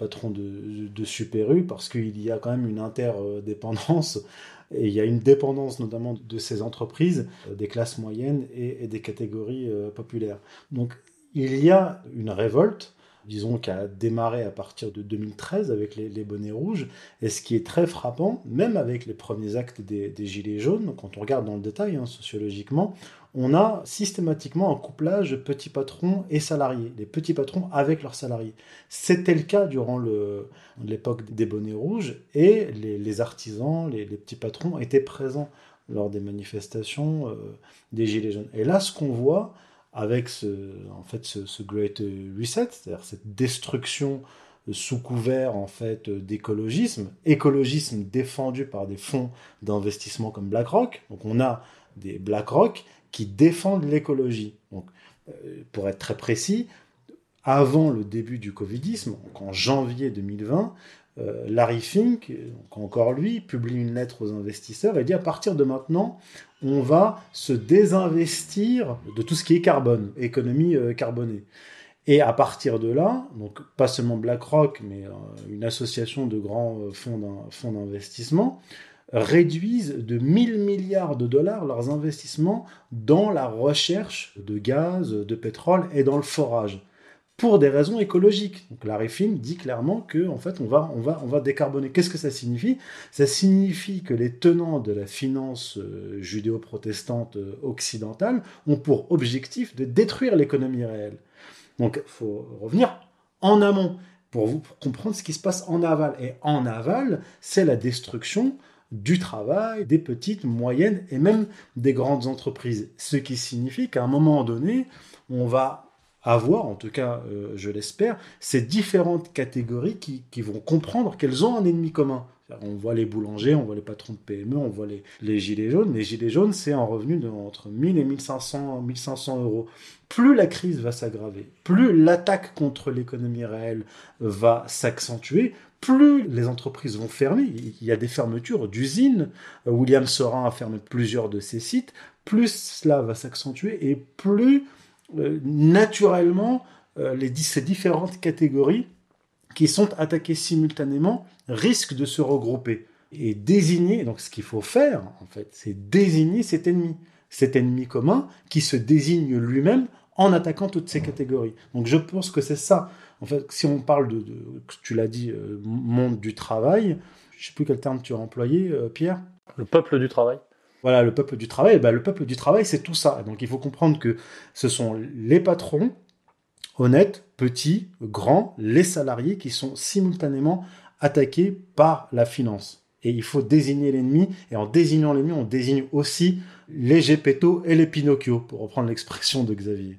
de Super U, parce qu'il y a quand même une interdépendance. Et il y a une dépendance notamment de ces entreprises, des classes moyennes et des catégories populaires. Donc il y a une révolte, disons, qui a démarré à partir de 2013 avec les bonnets rouges. Et ce qui est très frappant, même avec les premiers actes des Gilets jaunes, quand on regarde dans le détail, sociologiquement, on a systématiquement un couplage petits patrons et salariés, les petits patrons avec leurs salariés. C'était le cas durant l'époque des bonnets rouges, et les artisans, les petits patrons étaient présents lors des manifestations des Gilets jaunes. Et là, ce qu'on voit avec ce Great Reset, c'est-à-dire cette destruction sous couvert en fait d'écologisme défendu par des fonds d'investissement comme BlackRock. Donc on a des BlackRock qui défendent l'écologie. Donc, pour être très précis, avant le début du Covidisme, donc en janvier 2020, Larry Fink, donc encore lui, publie une lettre aux investisseurs et dit à partir de maintenant, on va se désinvestir de tout ce qui est carbone, économie carbonée. Et à partir de là, donc pas seulement BlackRock, mais une association de grands fonds d'investissement, réduisent de 1000 milliards de dollars leurs investissements dans la recherche de gaz, de pétrole et dans le forage, pour des raisons écologiques. Donc Larry Fink dit clairement que en fait on va décarboner. Qu'est-ce que ça signifie ? Ça signifie que les tenants de la finance judéo-protestante occidentale ont pour objectif de détruire l'économie réelle. Donc il faut revenir en amont pour comprendre ce qui se passe en aval. Et en aval, c'est la destruction du travail, des petites, moyennes et même des grandes entreprises. Ce qui signifie qu'à un moment donné, on va avoir, en tout cas je l'espère, ces différentes catégories qui vont comprendre qu'elles ont un ennemi commun. On voit les boulangers, on voit les patrons de PME, on voit les gilets jaunes. Les gilets jaunes, c'est un revenu entre 1000 et 1500 euros. Plus la crise va s'aggraver, plus l'attaque contre l'économie réelle va s'accentuer, plus les entreprises vont fermer. Il y a des fermetures d'usines. William Sorin a fermé plusieurs de ses sites. Plus cela va s'accentuer et plus naturellement ces différentes catégories qui sont attaquées simultanément risquent de se regrouper et désigner. Donc ce qu'il faut faire, en fait, c'est désigner cet ennemi commun qui se désigne lui-même en attaquant toutes ces catégories. Donc je pense que c'est ça. En fait, si on parle tu l'as dit, monde du travail, je ne sais plus quel terme tu as employé, Pierre. Le peuple du travail. Voilà, le peuple du travail. Le peuple du travail, c'est tout ça. Donc il faut comprendre que ce sont les patrons, honnêtes, petits, grands, les salariés qui sont simultanément attaqués par la finance. Et il faut désigner l'ennemi, et en désignant l'ennemi, on désigne aussi les Gepetto et les Pinocchio, pour reprendre l'expression de Xavier.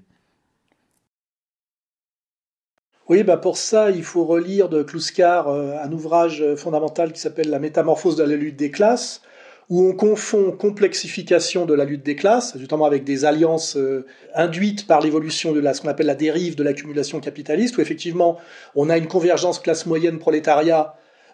Oui, pour ça, il faut relire de Kluskar un ouvrage fondamental qui s'appelle « La métamorphose de la lutte des classes », où on confond complexification de la lutte des classes, notamment avec des alliances induites par l'évolution de ce qu'on appelle la dérive de l'accumulation capitaliste, où effectivement on a une convergence classe moyenne-prolétariat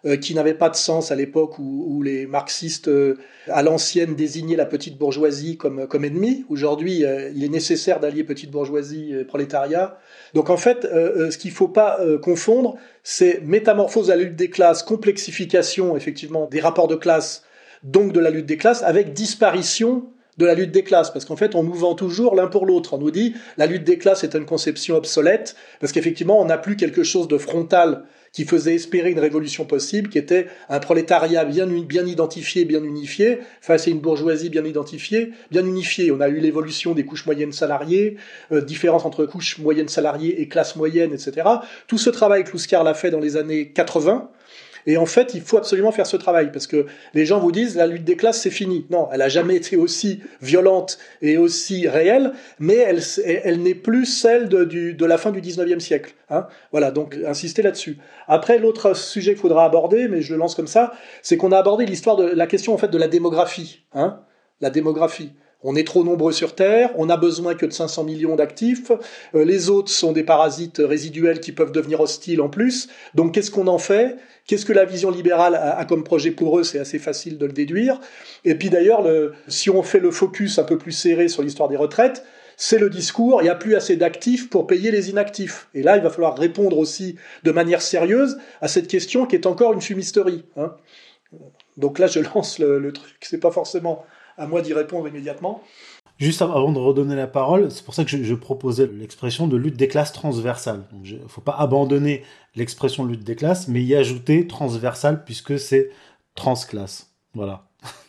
qui n'avait pas de sens à l'époque où les marxistes à l'ancienne désignaient la petite bourgeoisie comme ennemie. Aujourd'hui, il est nécessaire d'allier petite bourgeoisie et prolétariat. Donc en fait, ce qu'il ne faut pas confondre, c'est métamorphose de la lutte des classes, complexification effectivement des rapports de classe, donc de la lutte des classes, avec disparition de la lutte des classes, parce qu'en fait on nous vend toujours l'un pour l'autre. On nous dit la lutte des classes est une conception obsolète, parce qu'effectivement on n'a plus quelque chose de frontal qui faisait espérer une révolution possible, qui était un prolétariat bien identifié, bien unifié, face à une bourgeoisie bien identifiée, bien unifiée. On a eu l'évolution des couches moyennes salariées, différence entre couches moyennes salariées et classe moyenne, etc. Tout ce travail que Luskar l'a fait dans les années 80, et en fait, il faut absolument faire ce travail, parce que les gens vous disent la lutte des classes, c'est fini. Non, elle a jamais été aussi violente et aussi réelle, mais elle n'est plus celle de la fin du 19e siècle. Hein. Voilà, donc insister là-dessus. Après, l'autre sujet qu'il faudra aborder, mais je le lance comme ça, c'est qu'on a abordé la question en fait de la démographie. Hein. La démographie. On est trop nombreux sur Terre, on n'a besoin que de 500 millions d'actifs, les autres sont des parasites résiduels qui peuvent devenir hostiles en plus, donc qu'est-ce qu'on en fait ? Qu'est-ce que la vision libérale a comme projet pour eux ? C'est assez facile de le déduire. Et puis d'ailleurs, si on fait le focus un peu plus serré sur l'histoire des retraites, c'est le discours, il n'y a plus assez d'actifs pour payer les inactifs. Et là, il va falloir répondre aussi de manière sérieuse à cette question qui est encore une fumisterie. Hein. Donc là, je lance le truc, c'est pas forcément à moi d'y répondre immédiatement. Juste avant de redonner la parole, c'est pour ça que je proposais l'expression de lutte des classes transversale. Il ne faut pas abandonner l'expression lutte des classes, mais y ajouter transversale, puisque c'est transclasse. Voilà.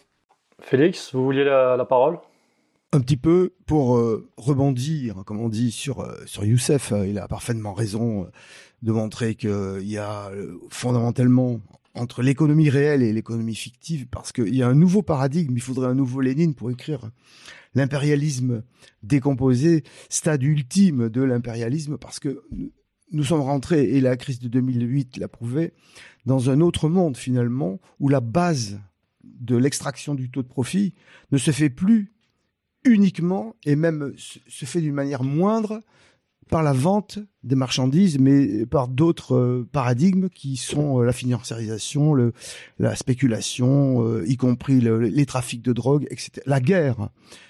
Félix, vous vouliez la parole ? Un petit peu pour rebondir, comme on dit, sur Youssef. Il a parfaitement raison de montrer qu'il y a fondamentalement entre l'économie réelle et l'économie fictive, parce qu'il y a un nouveau paradigme, il faudrait un nouveau Lénine pour écrire l'impérialisme décomposé, stade ultime de l'impérialisme, parce que nous sommes rentrés, et la crise de 2008 l'a prouvé, dans un autre monde finalement, où la base de l'extraction du taux de profit ne se fait plus uniquement, et même se fait d'une manière moindre, par la vente des marchandises, mais par d'autres paradigmes qui sont la financiarisation, la spéculation, y compris les trafics de drogue, etc. La guerre.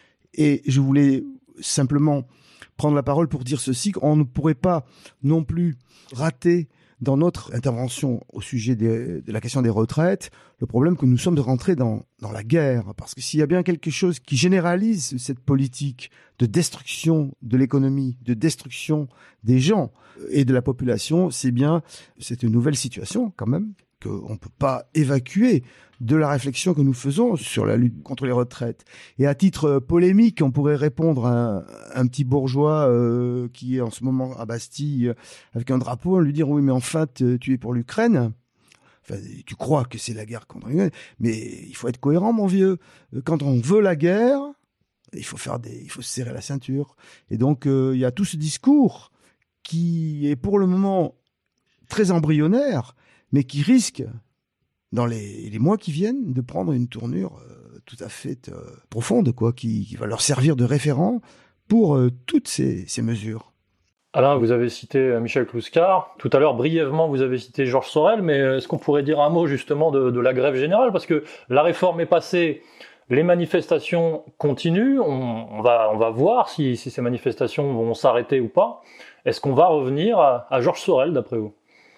Et je voulais simplement prendre la parole pour dire ceci, qu'on ne pourrait pas non plus rater dans notre intervention au sujet de la question des retraites, le problème que nous sommes rentrés dans la guerre. Parce que s'il y a bien quelque chose qui généralise cette politique de destruction de l'économie, de destruction des gens et de la population, c'est bien cette nouvelle situation quand même qu'on ne peut pas évacuer de la réflexion que nous faisons sur la lutte contre les retraites. Et à titre polémique, on pourrait répondre à un petit bourgeois qui est en ce moment à Bastille avec un drapeau, lui dire « Oui, mais en fait, tu es pour l'Ukraine ». Enfin, tu crois que c'est la guerre contre l'Ukraine, mais il faut être cohérent, mon vieux. Quand on veut la guerre, il faut se serrer la ceinture. Et donc, il y a tout ce discours qui est pour le moment très embryonnaire, mais qui risque, dans les mois qui viennent, de prendre une tournure tout à fait profonde, quoi, qui va leur servir de référent pour toutes ces mesures. Alain, vous avez cité Michel Kluskar. Tout à l'heure, brièvement, vous avez cité Georges Sorel, mais est-ce qu'on pourrait dire un mot justement de la grève générale ? Parce que la réforme est passée, les manifestations continuent, on va voir si ces manifestations vont s'arrêter ou pas. Est-ce qu'on va revenir à Georges Sorel, d'après vous ?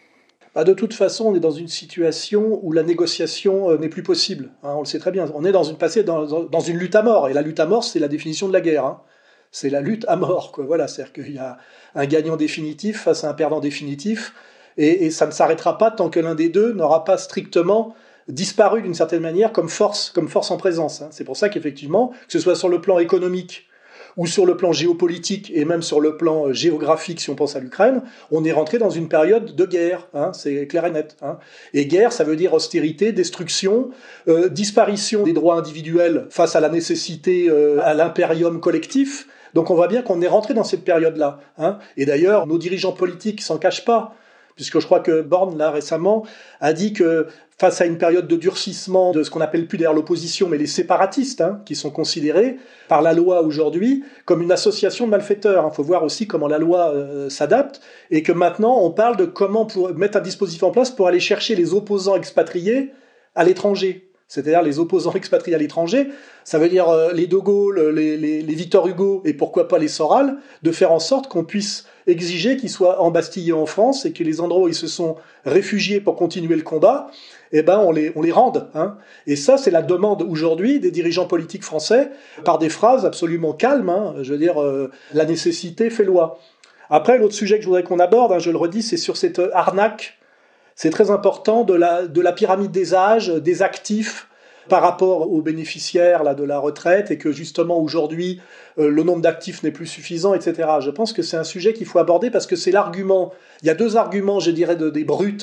De toute façon, on est dans une situation où la négociation n'est plus possible. Hein, on le sait très bien. On est dans une lutte à mort. Et la lutte à mort, c'est la définition de la guerre. Hein. C'est la lutte à mort, quoi. Voilà, c'est-à-dire qu'il y a un gagnant définitif face à un perdant définitif. Et ça ne s'arrêtera pas tant que l'un des deux n'aura pas strictement disparu d'une certaine manière comme force en présence. Hein. C'est pour ça qu'effectivement, que ce soit sur le plan économique ou sur le plan géopolitique et même sur le plan géographique, si on pense à l'Ukraine, on est rentré dans une période de guerre, hein, c'est clair et net. Hein. Et guerre, ça veut dire austérité, destruction, disparition des droits individuels face à la nécessité, à l'impérium collectif. Donc on voit bien qu'on est rentré dans cette période-là. Hein. Et d'ailleurs, nos dirigeants politiques s'en cachent pas, puisque je crois que Borne, là, récemment, a dit que face à une période de durcissement de ce qu'on appelle plus d'ailleurs l'opposition, mais les séparatistes, qui sont considérés par la loi aujourd'hui comme une association de malfaiteurs. Il faut voir aussi comment la loi s'adapte, et que maintenant on parle de comment pour mettre un dispositif en place pour aller chercher les opposants expatriés à l'étranger. C'est-à-dire les opposants expatriés à l'étranger, ça veut dire les De Gaulle, les Victor Hugo et pourquoi pas les Soral, de faire en sorte qu'on puisse exiger qu'ils soient embastillés en France et que les endroits où ils se sont réfugiés pour continuer le combat, on les rende. Et ça, c'est la demande aujourd'hui des dirigeants politiques français par des phrases absolument calmes. Je veux dire, la nécessité fait loi. Après, l'autre sujet que je voudrais qu'on aborde, je le redis, c'est sur cette arnaque. C'est très important de la pyramide des âges, des actifs par rapport aux bénéficiaires là, de la retraite, et que justement aujourd'hui le nombre d'actifs n'est plus suffisant, etc. Je pense que c'est un sujet qu'il faut aborder parce que c'est l'argument. Il y a deux arguments, je dirais, des brutes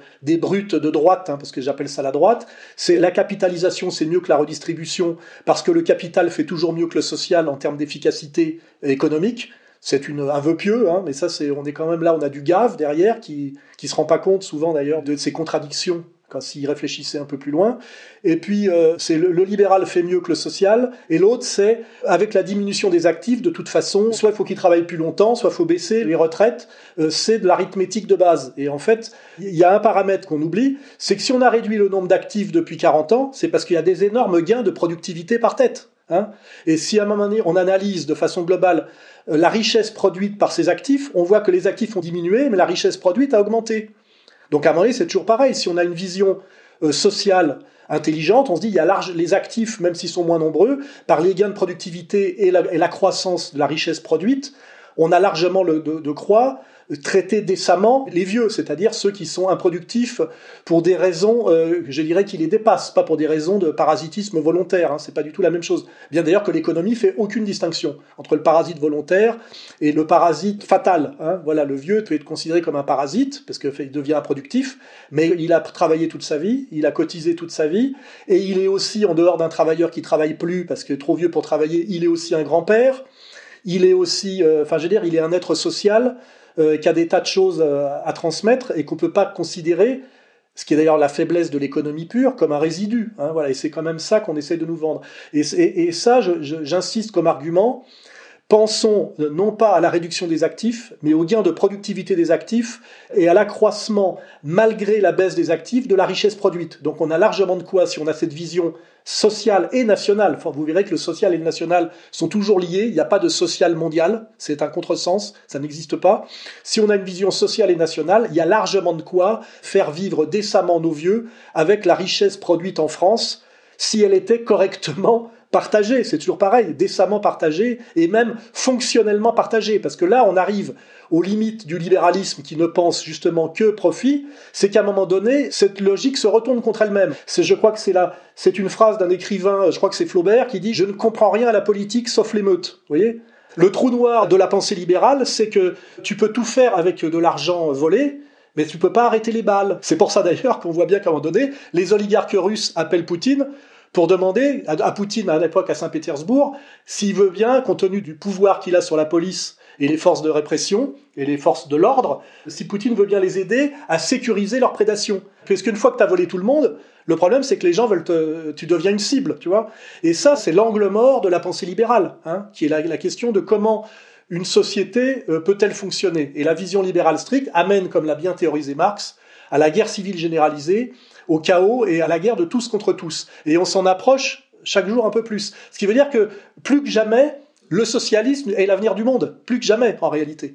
de droite, parce que j'appelle ça la droite. C'est la capitalisation, c'est mieux que la redistribution parce que le capital fait toujours mieux que le social en termes d'efficacité économique. C'est un vœu pieux, mais ça, on est quand même là, on a du gave derrière qui se rend pas compte souvent d'ailleurs de ces contradictions quand s'il réfléchissait un peu plus loin. Et puis, c'est le libéral fait mieux que le social, et l'autre, c'est avec la diminution des actifs, de toute façon, soit il faut qu'ils travaillent plus longtemps, soit il faut baisser les retraites, c'est de l'arithmétique de base. Et en fait, il y a un paramètre qu'on oublie, c'est que si on a réduit le nombre d'actifs depuis 40 ans, c'est parce qu'il y a des énormes gains de productivité par tête. Et si à un moment donné, on analyse de façon globale la richesse produite par ces actifs, on voit que les actifs ont diminué, mais la richesse produite a augmenté. Donc à un moment donné, c'est toujours pareil. Si on a une vision sociale intelligente, on se dit il y a les actifs, même s'ils sont moins nombreux, par les gains de productivité et la croissance de la richesse produite, on a largement de quoi traiter décemment les vieux, c'est-à-dire ceux qui sont improductifs pour des raisons, je dirais, qui les dépassent, pas pour des raisons de parasitisme volontaire. C'est pas du tout la même chose. Bien d'ailleurs que l'économie fait aucune distinction entre le parasite volontaire et le parasite fatal. Voilà, le vieux peut être considéré comme un parasite parce qu'il devient improductif, mais il a travaillé toute sa vie, il a cotisé toute sa vie, et il est aussi, en dehors d'un travailleur qui travaille plus parce que trop vieux pour travailler, il est aussi un grand-père. Il est aussi, il est un être social qui a des tas de choses à transmettre et qu'on ne peut pas considérer, ce qui est d'ailleurs la faiblesse de l'économie pure, comme un résidu. Voilà, et c'est quand même ça qu'on essaie de nous vendre. Et ça, j'insiste comme argument, pensons non pas à la réduction des actifs, mais au gain de productivité des actifs et à l'accroissement, malgré la baisse des actifs, de la richesse produite. Donc on a largement de quoi, si on a cette vision sociale et nationale. Vous verrez que le social et le national sont toujours liés, il n'y a pas de social mondial, c'est un contresens, ça n'existe pas. Si on a une vision sociale et nationale, il y a largement de quoi faire vivre décemment nos vieux avec la richesse produite en France, si elle était correctement partagée, c'est toujours pareil, décemment partagée et même fonctionnellement partagée, parce que là on arrive aux limites du libéralisme qui ne pense justement que profit, c'est qu'à un moment donné, cette logique se retourne contre elle-même. Je crois que c'est une phrase d'un écrivain, je crois que c'est Flaubert, qui dit « Je ne comprends rien à la politique sauf l'émeute ». Vous voyez ? Le trou noir de la pensée libérale, c'est que tu peux tout faire avec de l'argent volé, mais tu peux pas arrêter les balles. C'est pour ça d'ailleurs qu'on voit bien qu'à un moment donné, les oligarques russes appellent Poutine pour demander à Poutine, à l'époque à Saint-Pétersbourg, s'il veut bien, compte tenu du pouvoir qu'il a sur la police et les forces de répression et les forces de l'ordre, si Poutine veut bien les aider à sécuriser leur prédation. Parce qu'une fois que tu as volé tout le monde, le problème c'est que les gens tu deviens une cible, tu vois. Et ça, c'est l'angle mort de la pensée libérale, qui est la question de comment une société peut-elle fonctionner. Et la vision libérale stricte amène, comme l'a bien théorisé Marx, à la guerre civile généralisée, au chaos et à la guerre de tous contre tous. Et on s'en approche chaque jour un peu plus. Ce qui veut dire que plus que jamais, le socialisme est l'avenir du monde. Plus que jamais, en réalité.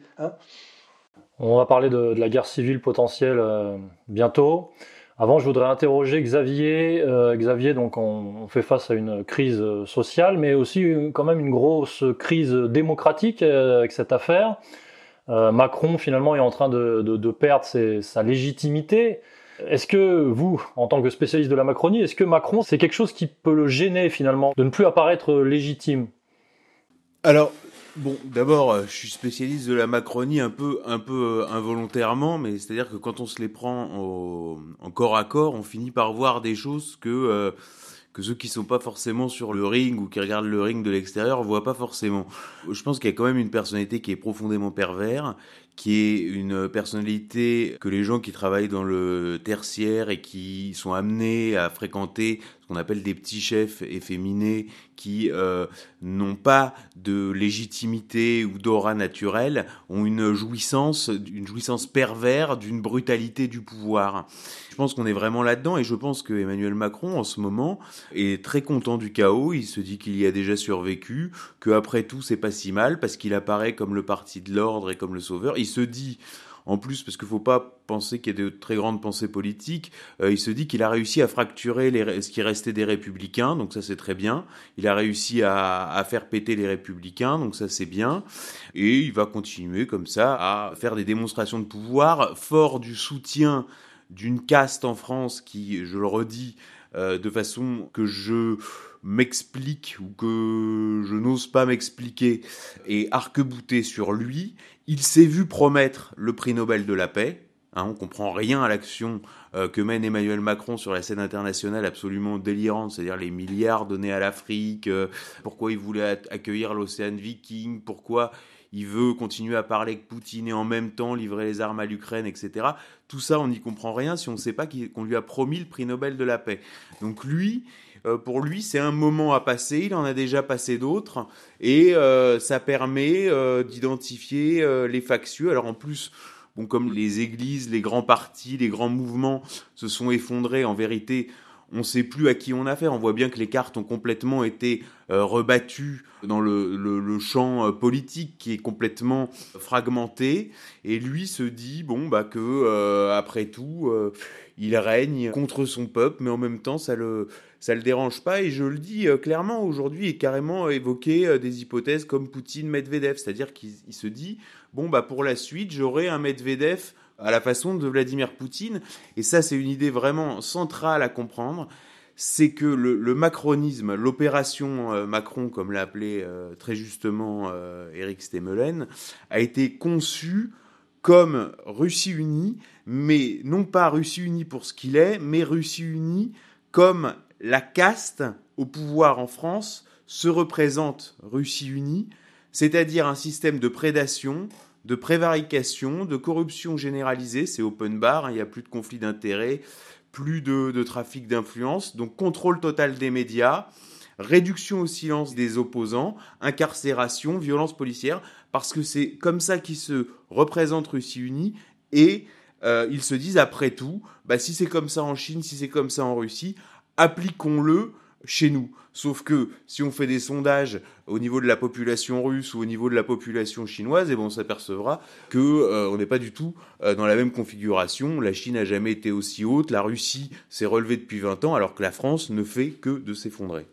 On va parler de la guerre civile potentielle bientôt. Avant, je voudrais interroger Xavier. Xavier, donc, on fait face à une crise sociale, mais aussi quand même une grosse crise démocratique avec cette affaire. Macron, finalement, est en train de perdre sa légitimité. Est-ce que vous, en tant que spécialiste de la Macronie, est-ce que Macron, c'est quelque chose qui peut le gêner finalement, de ne plus apparaître légitime ? Alors, bon, d'abord, je suis spécialiste de la Macronie un peu involontairement, mais c'est-à-dire que quand on se les prend en corps à corps, on finit par voir des choses que ceux qui sont pas forcément sur le ring ou qui regardent le ring de l'extérieur voient pas forcément. Je pense qu'il y a quand même une personnalité qui est profondément pervers, qui est une personnalité que les gens qui travaillent dans le tertiaire et qui sont amenés à fréquenter ce qu'on appelle des petits chefs efféminés qui n'ont pas de légitimité ou d'aura naturelle, ont une jouissance perverse d'une brutalité du pouvoir. Je pense qu'on est vraiment là-dedans et je pense que Emmanuel Macron, en ce moment, est très content du chaos. Il se dit qu'il y a déjà survécu, qu'après tout, c'est pas si mal parce qu'il apparaît comme le parti de l'ordre et comme le sauveur. Il se dit, en plus, parce qu'il ne faut pas penser qu'il y a de très grandes pensées politiques, il se dit qu'il a réussi à fracturer ce qui restait des Républicains, donc ça c'est très bien. Il a réussi à faire péter les Républicains, donc ça c'est bien. Et il va continuer comme ça à faire des démonstrations de pouvoir, fort du soutien d'une caste en France qui, je le redis, de façon que je m'explique ou que je n'ose pas m'expliquer, est arc-bouté sur lui. Il s'est vu promettre le prix Nobel de la paix. On comprend rien à l'action que mène Emmanuel Macron sur la scène internationale absolument délirante, c'est-à-dire les milliards donnés à l'Afrique, pourquoi il voulait accueillir l'Océan Viking, pourquoi il veut continuer à parler avec Poutine et en même temps livrer les armes à l'Ukraine, etc. Tout ça, on n'y comprend rien si on ne sait pas qu'on lui a promis le prix Nobel de la paix. Donc lui, pour lui, c'est un moment à passer, il en a déjà passé d'autres, et ça permet d'identifier les factieux. Alors en plus, bon, comme les églises, les grands partis, les grands mouvements se sont effondrés, en vérité, on ne sait plus à qui on a affaire. On voit bien que les cartes ont complètement été rebattues dans le champ politique qui est complètement fragmenté. Et lui se dit que après tout, il règne contre son peuple, mais en même temps, ça le dérange pas. Et je le dis clairement aujourd'hui, et carrément évoqué des hypothèses comme Poutine-Medvedev, c'est-à-dire qu'il se dit pour la suite, j'aurai un Medvedev à la façon de Vladimir Poutine. Et ça, c'est une idée vraiment centrale à comprendre. C'est que le macronisme, l'opération Macron, comme l'a appelé très justement Éric Stemmelen, a été conçue comme Russie unie, mais non pas Russie unie pour ce qu'il est, mais Russie unie comme la caste au pouvoir en France se représente Russie unie, c'est-à-dire un système de prédation, de prévarication, de corruption généralisée, c'est open bar, il n'y a plus de conflit d'intérêts, plus de trafic d'influence, donc contrôle total des médias, réduction au silence des opposants, incarcération, violence policière, parce que c'est comme ça qu'ils se représentent Russie unie, et ils se disent après tout, si c'est comme ça en Chine, si c'est comme ça en Russie, appliquons-le chez nous. Sauf que si on fait des sondages au niveau de la population russe ou au niveau de la population chinoise, on s'apercevra qu'on n'est pas du tout dans la même configuration. La Chine n'a jamais été aussi haute, la Russie s'est relevée depuis 20 ans, alors que la France ne fait que de s'effondrer.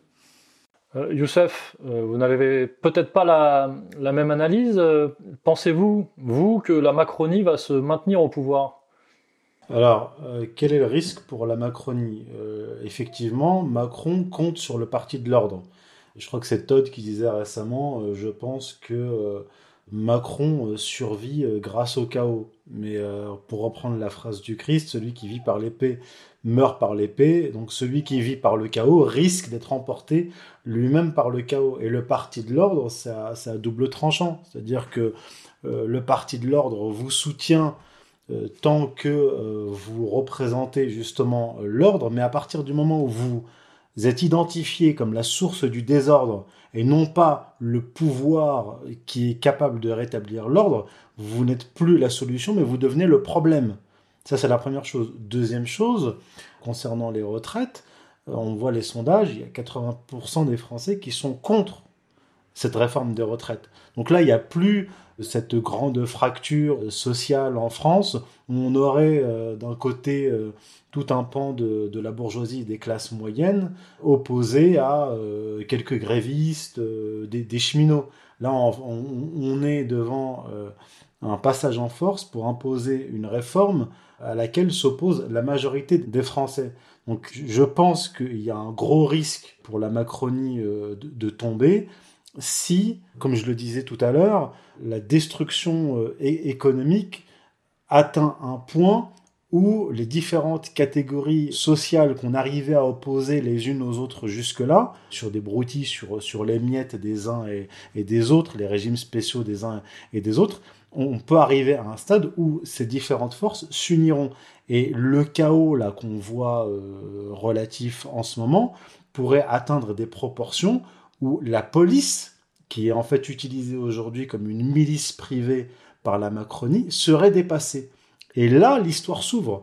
Youssef, vous n'avez peut-être pas la même analyse. Pensez-vous, vous, que la Macronie va se maintenir au pouvoir ? Alors, quel est le risque pour la Macronie ? Effectivement, Macron compte sur le parti de l'ordre. Je crois que c'est Todd qui disait récemment, je pense que Macron survit grâce au chaos. Mais pour reprendre la phrase du Christ, celui qui vit par l'épée meurt par l'épée. Donc celui qui vit par le chaos risque d'être emporté lui-même par le chaos. Et le parti de l'ordre, c'est à double tranchant. C'est-à-dire que le parti de l'ordre vous soutient tant que vous représentez justement l'ordre, mais à partir du moment où vous êtes identifié comme la source du désordre et non pas le pouvoir qui est capable de rétablir l'ordre, vous n'êtes plus la solution, mais vous devenez le problème. Ça, c'est la première chose. Deuxième chose, concernant les retraites, on voit les sondages, il y a 80% des Français qui sont contre cette réforme des retraites. Donc là, il n'y a plus cette grande fracture sociale en France, où on aurait d'un côté tout un pan de la bourgeoisie et des classes moyennes, opposé à quelques grévistes, des cheminots. Là, on est devant un passage en force pour imposer une réforme à laquelle s'oppose la majorité des Français. Donc je pense qu'il y a un gros risque pour la Macronie de tomber, si, comme je le disais tout à l'heure, la destruction économique atteint un point où les différentes catégories sociales qu'on arrivait à opposer les unes aux autres jusque-là, sur des broutilles, sur les miettes des uns et des autres, les régimes spéciaux des uns et des autres, on peut arriver à un stade où ces différentes forces s'uniront. Et le chaos là qu'on voit relatif en ce moment pourrait atteindre des proportions où la police, qui est en fait utilisée aujourd'hui comme une milice privée par la Macronie, serait dépassée. Et là, l'histoire s'ouvre.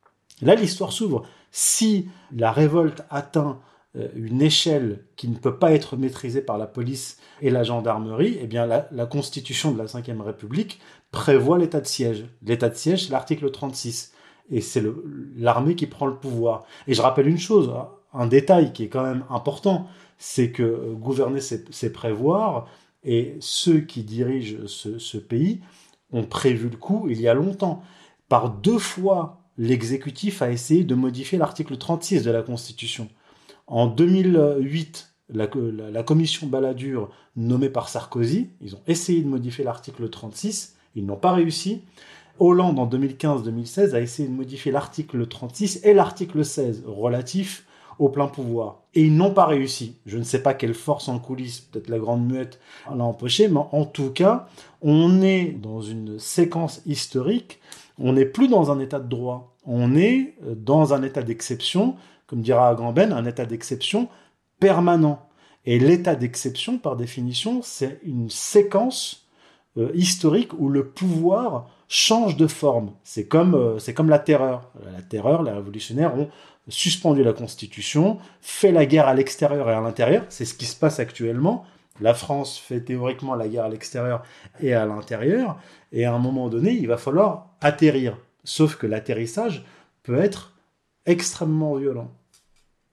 Si la révolte atteint une échelle qui ne peut pas être maîtrisée par la police et la gendarmerie, eh bien la Constitution de la Ve République prévoit l'état de siège. L'état de siège, c'est l'article 36. Et c'est l'armée qui prend le pouvoir. Et je rappelle une chose, un détail qui est quand même important, c'est que gouverner, c'est prévoir, et ceux qui dirigent ce pays ont prévu le coup il y a longtemps. Par 2 fois, l'exécutif a essayé de modifier l'article 36 de la Constitution. En 2008, la commission Balladur, nommée par Sarkozy, ils ont essayé de modifier l'article 36, ils n'ont pas réussi. Hollande, en 2015-2016, a essayé de modifier l'article 36 et l'article 16, relatif au plein pouvoir. Et ils n'ont pas réussi. Je ne sais pas quelle force en coulisses, peut-être la Grande Muette l'a empêché, mais en tout cas, on est dans une séquence historique, on n'est plus dans un état de droit, on est dans un état d'exception, comme dira Agamben, un état d'exception permanent. Et l'état d'exception, par définition, c'est une séquence historique où le pouvoir change de forme. C'est comme la terreur. La terreur, les révolutionnaires ont suspendu la Constitution, fait la guerre à l'extérieur et à l'intérieur. C'est ce qui se passe actuellement. La France fait théoriquement la guerre à l'extérieur et à l'intérieur. Et à un moment donné, il va falloir atterrir. Sauf que l'atterrissage peut être extrêmement violent. Alain ?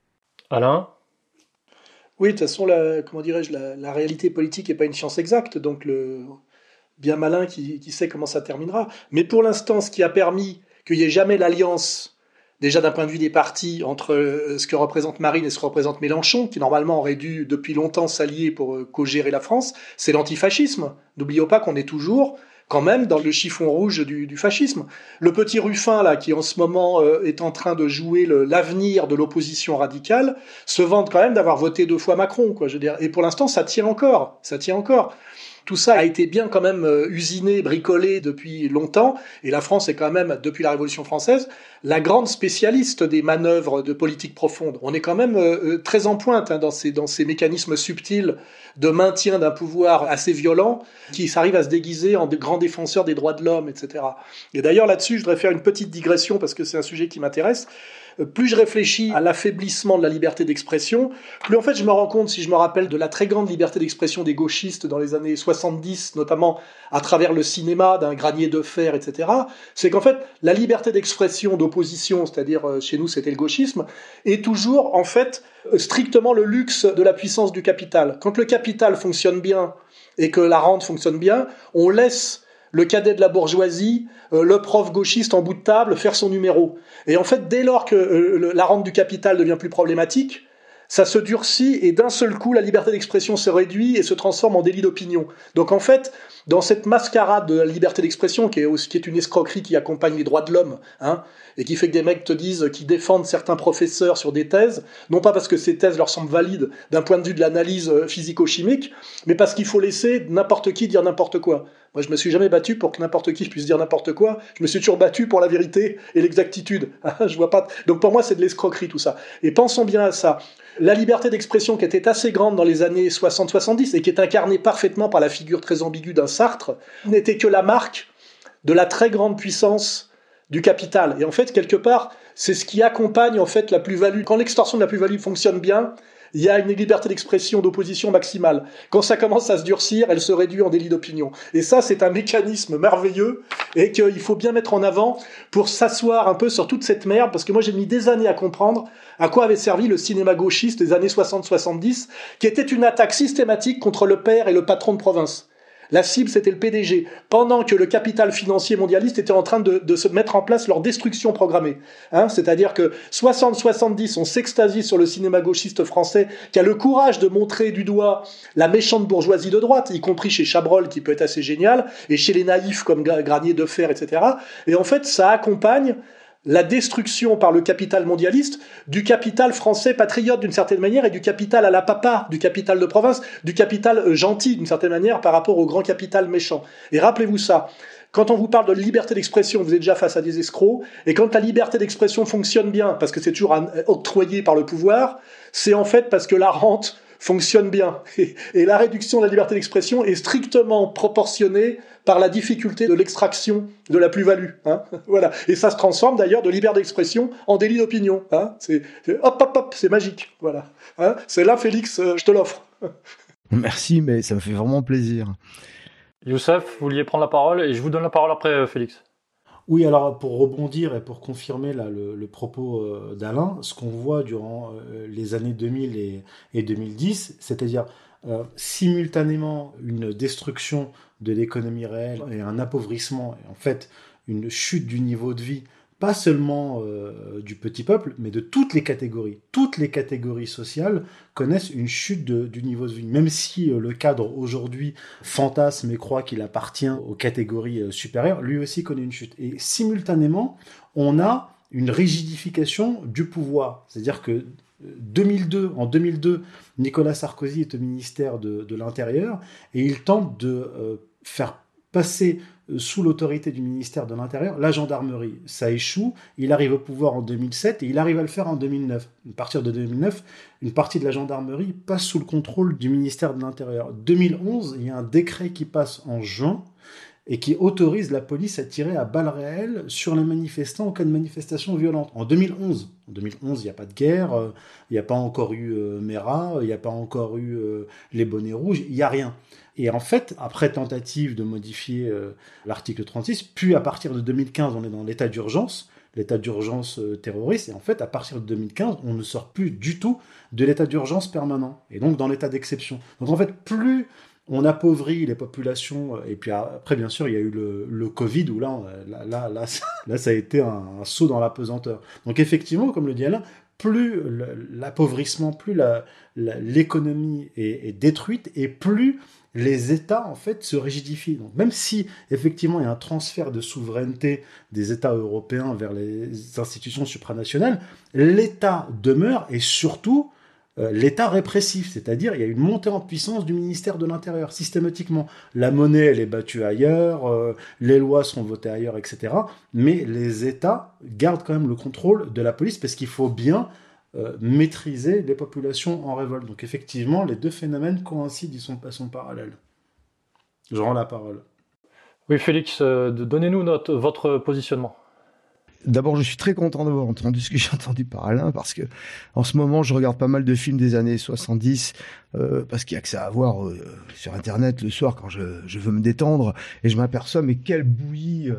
Oui, de toute façon, la réalité politique n'est pas une science exacte, donc bien malin qui sait comment ça terminera. Mais pour l'instant, ce qui a permis qu'il n'y ait jamais l'alliance, déjà d'un point de vue des partis, entre ce que représente Marine et ce que représente Mélenchon, qui normalement aurait dû depuis longtemps s'allier pour co-gérer la France, c'est l'antifascisme. N'oublions pas qu'on est toujours quand même dans le chiffon rouge du fascisme. Le petit Ruffin, là, qui en ce moment est en train de jouer l'avenir de l'opposition radicale, se vante quand même d'avoir voté 2 fois Macron, quoi, je veux dire. Et pour l'instant, ça tient encore. Tout ça a été bien quand même usiné, bricolé depuis longtemps, et la France est quand même, depuis la Révolution française, la grande spécialiste des manœuvres de politique profonde. On est quand même très en pointe dans ces mécanismes subtils de maintien d'un pouvoir assez violent qui s'arrive à se déguiser en de grands défenseurs des droits de l'homme, etc. Et d'ailleurs là-dessus, je voudrais faire une petite digression parce que c'est un sujet qui m'intéresse. Plus je réfléchis à l'affaiblissement de la liberté d'expression, plus en fait je me rends compte, si je me rappelle de la très grande liberté d'expression des gauchistes dans les années 70, notamment à travers le cinéma d'un Granier de fer, etc., c'est qu'en fait la liberté d'expression d'opposition, c'est-à-dire chez nous c'était le gauchisme, est toujours en fait strictement le luxe de la puissance du capital. Quand le capital fonctionne bien et que la rente fonctionne bien, on laisse le cadet de la bourgeoisie, le prof gauchiste en bout de table, faire son numéro. Et en fait, dès lors que la rente du capital devient plus problématique, ça se durcit et d'un seul coup, la liberté d'expression se réduit et se transforme en délit d'opinion. Donc en fait, dans cette mascarade de la liberté d'expression, qui est une escroquerie qui accompagne les droits de l'homme, et qui fait que des mecs te disent qu'ils défendent certains professeurs sur des thèses, non pas parce que ces thèses leur semblent valides d'un point de vue de l'analyse physico-chimique, mais parce qu'il faut laisser n'importe qui dire n'importe quoi. Moi, je me suis jamais battu pour que n'importe qui puisse dire n'importe quoi. Je me suis toujours battu pour la vérité et l'exactitude. Je vois pas. Donc pour moi, c'est de l'escroquerie tout ça. Et pensons bien à ça. La liberté d'expression qui était assez grande dans les années 60-70 et qui est incarnée parfaitement par la figure très ambiguë d'un Sartre, n'était que la marque de la très grande puissance du capital. Et en fait, quelque part, c'est ce qui accompagne en fait la plus-value. Quand l'extorsion de la plus-value fonctionne bien, il y a une liberté d'expression, d'opposition maximale. Quand ça commence à se durcir, elle se réduit en délit d'opinion. Et ça, c'est un mécanisme merveilleux et qu'il faut bien mettre en avant pour s'asseoir un peu sur toute cette merde, parce que moi, j'ai mis des années à comprendre à quoi avait servi le cinéma gauchiste des années 60-70, qui était une attaque systématique contre le père et le patron de province. La cible, c'était le PDG, pendant que le capital financier mondialiste était en train de se mettre en place leur destruction programmée. C'est-à-dire que 60-70, on s'extasie sur le cinéma gauchiste français, qui a le courage de montrer du doigt la méchante bourgeoisie de droite, y compris chez Chabrol, qui peut être assez génial, et chez les naïfs comme Granier de fer, etc. Et en fait, ça accompagne la destruction par le capital mondialiste du capital français patriote d'une certaine manière et du capital à la papa, du capital de province, du capital gentil d'une certaine manière par rapport au grand capital méchant. Et rappelez-vous ça, quand on vous parle de liberté d'expression, vous êtes déjà face à des escrocs, et quand la liberté d'expression fonctionne bien, parce que c'est toujours octroyé par le pouvoir, c'est en fait parce que la rente fonctionne bien. Et la réduction de la liberté d'expression est strictement proportionnée par la difficulté de l'extraction de la plus-value. Hein, voilà. Et ça se transforme d'ailleurs de liberté d'expression en délit d'opinion. Hein. C'est hop, c'est magique. Voilà. Hein. C'est là, Félix, je te l'offre. Merci, mais ça me fait vraiment plaisir. Youssef, vous vouliez prendre la parole et je vous donne la parole après, Félix. Oui, alors pour rebondir et pour confirmer là, le propos d'Alain, ce qu'on voit durant les années 2000 et 2010, c'est-à-dire simultanément une destruction de l'économie réelle et un appauvrissement, et en fait une chute du niveau de vie, pas seulement du petit peuple, mais de toutes les catégories. Toutes les catégories sociales connaissent une chute du niveau de vie. Même si le cadre aujourd'hui fantasme et croit qu'il appartient aux catégories supérieures, lui aussi connaît une chute. Et simultanément, on a une rigidification du pouvoir. C'est-à-dire que en 2002, Nicolas Sarkozy est au ministère de l'Intérieur et il tente de faire passer sous l'autorité du ministère de l'Intérieur la gendarmerie. Ça échoue, il arrive au pouvoir en 2007 et il arrive à le faire en 2009. À partir de 2009, une partie de la gendarmerie passe sous le contrôle du ministère de l'Intérieur. 2011, il y a un décret qui passe en juin et qui autorise la police à tirer à balles réelles sur les manifestants en cas de manifestation violente. En 2011, il n'y a pas de guerre, il n'y a pas encore eu Mera, il n'y a pas encore eu les bonnets rouges, il n'y a rien. Et en fait, après tentative de modifier l'article 36, puis à partir de 2015, on est dans l'état d'urgence terroriste, et en fait, à partir de 2015, on ne sort plus du tout de l'état d'urgence permanent, et donc dans l'état d'exception. Donc en fait, plus on appauvrit les populations, et puis après, bien sûr, il y a eu le Covid, où là, ça a été un saut dans la pesanteur. Donc effectivement, comme le dit Alain, plus l'appauvrissement, plus l'économie est détruite, et plus les États, en fait, se rigidifient. Donc, même si, effectivement, il y a un transfert de souveraineté des États européens vers les institutions supranationales, l'État demeure, et surtout, l'État répressif, c'est-à-dire il y a une montée en puissance du ministère de l'Intérieur, systématiquement. La monnaie, elle est battue ailleurs, les lois sont votées ailleurs, etc. Mais les États gardent quand même le contrôle de la police, parce qu'il faut bien maîtriser les populations en révolte. Donc effectivement, les deux phénomènes coïncident, ils sont parallèles. Je rends la parole. Oui, Félix, donnez-nous votre positionnement. D'abord, je suis très content d'avoir entendu ce que j'ai entendu par Alain, parce que en ce moment, je regarde pas mal de films des années 70, parce qu'il y a que ça à voir sur Internet le soir quand je veux me détendre, et je m'aperçois, mais quelle bouillie,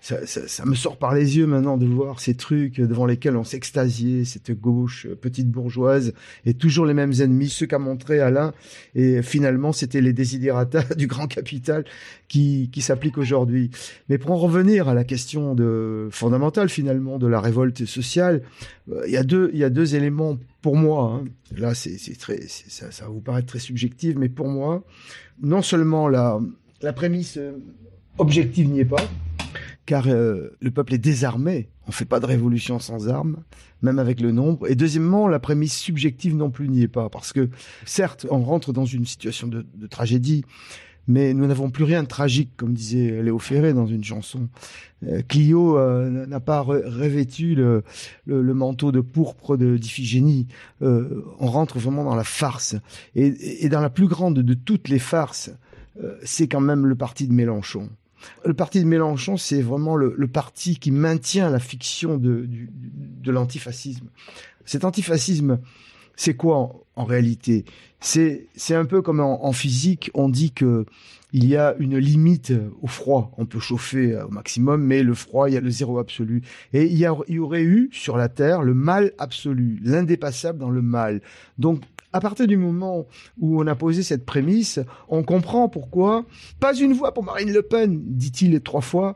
ça me sort par les yeux maintenant de voir ces trucs devant lesquels on s'extasiait, cette gauche petite bourgeoise, et toujours les mêmes ennemis, ceux qu'a montré Alain, et finalement, c'était les desiderata du grand capital qui s'appliquent aujourd'hui. Mais pour en revenir à la question fondamentale, finalement, de la révolte sociale, il y a deux éléments pour moi. Hein. Là, ça va vous paraître très subjectif, mais pour moi, non seulement la prémisse objective n'y est pas, car le peuple est désarmé. On fait pas de révolution sans armes, même avec le nombre. Et deuxièmement, la prémisse subjective non plus n'y est pas, parce que certes, on rentre dans une situation de tragédie, mais nous n'avons plus rien de tragique, comme disait Léo Ferré dans une chanson. Clio n'a pas revêtu le manteau de pourpre d'Iphigénie. On rentre vraiment dans la farce. Et dans la plus grande de toutes les farces, c'est quand même le parti de Mélenchon. Le parti de Mélenchon, c'est vraiment le parti qui maintient la fiction de l'antifascisme. Cet antifascisme, c'est quoi en réalité ? C'est un peu comme en physique, on dit que il y a une limite au froid. On peut chauffer au maximum, mais le froid, il y a le zéro absolu. Et il y aurait eu sur la Terre le mal absolu, l'indépassable dans le mal. Donc, à partir du moment où on a posé cette prémisse, on comprend pourquoi pas une voix pour Marine Le Pen, dit-il 3 fois,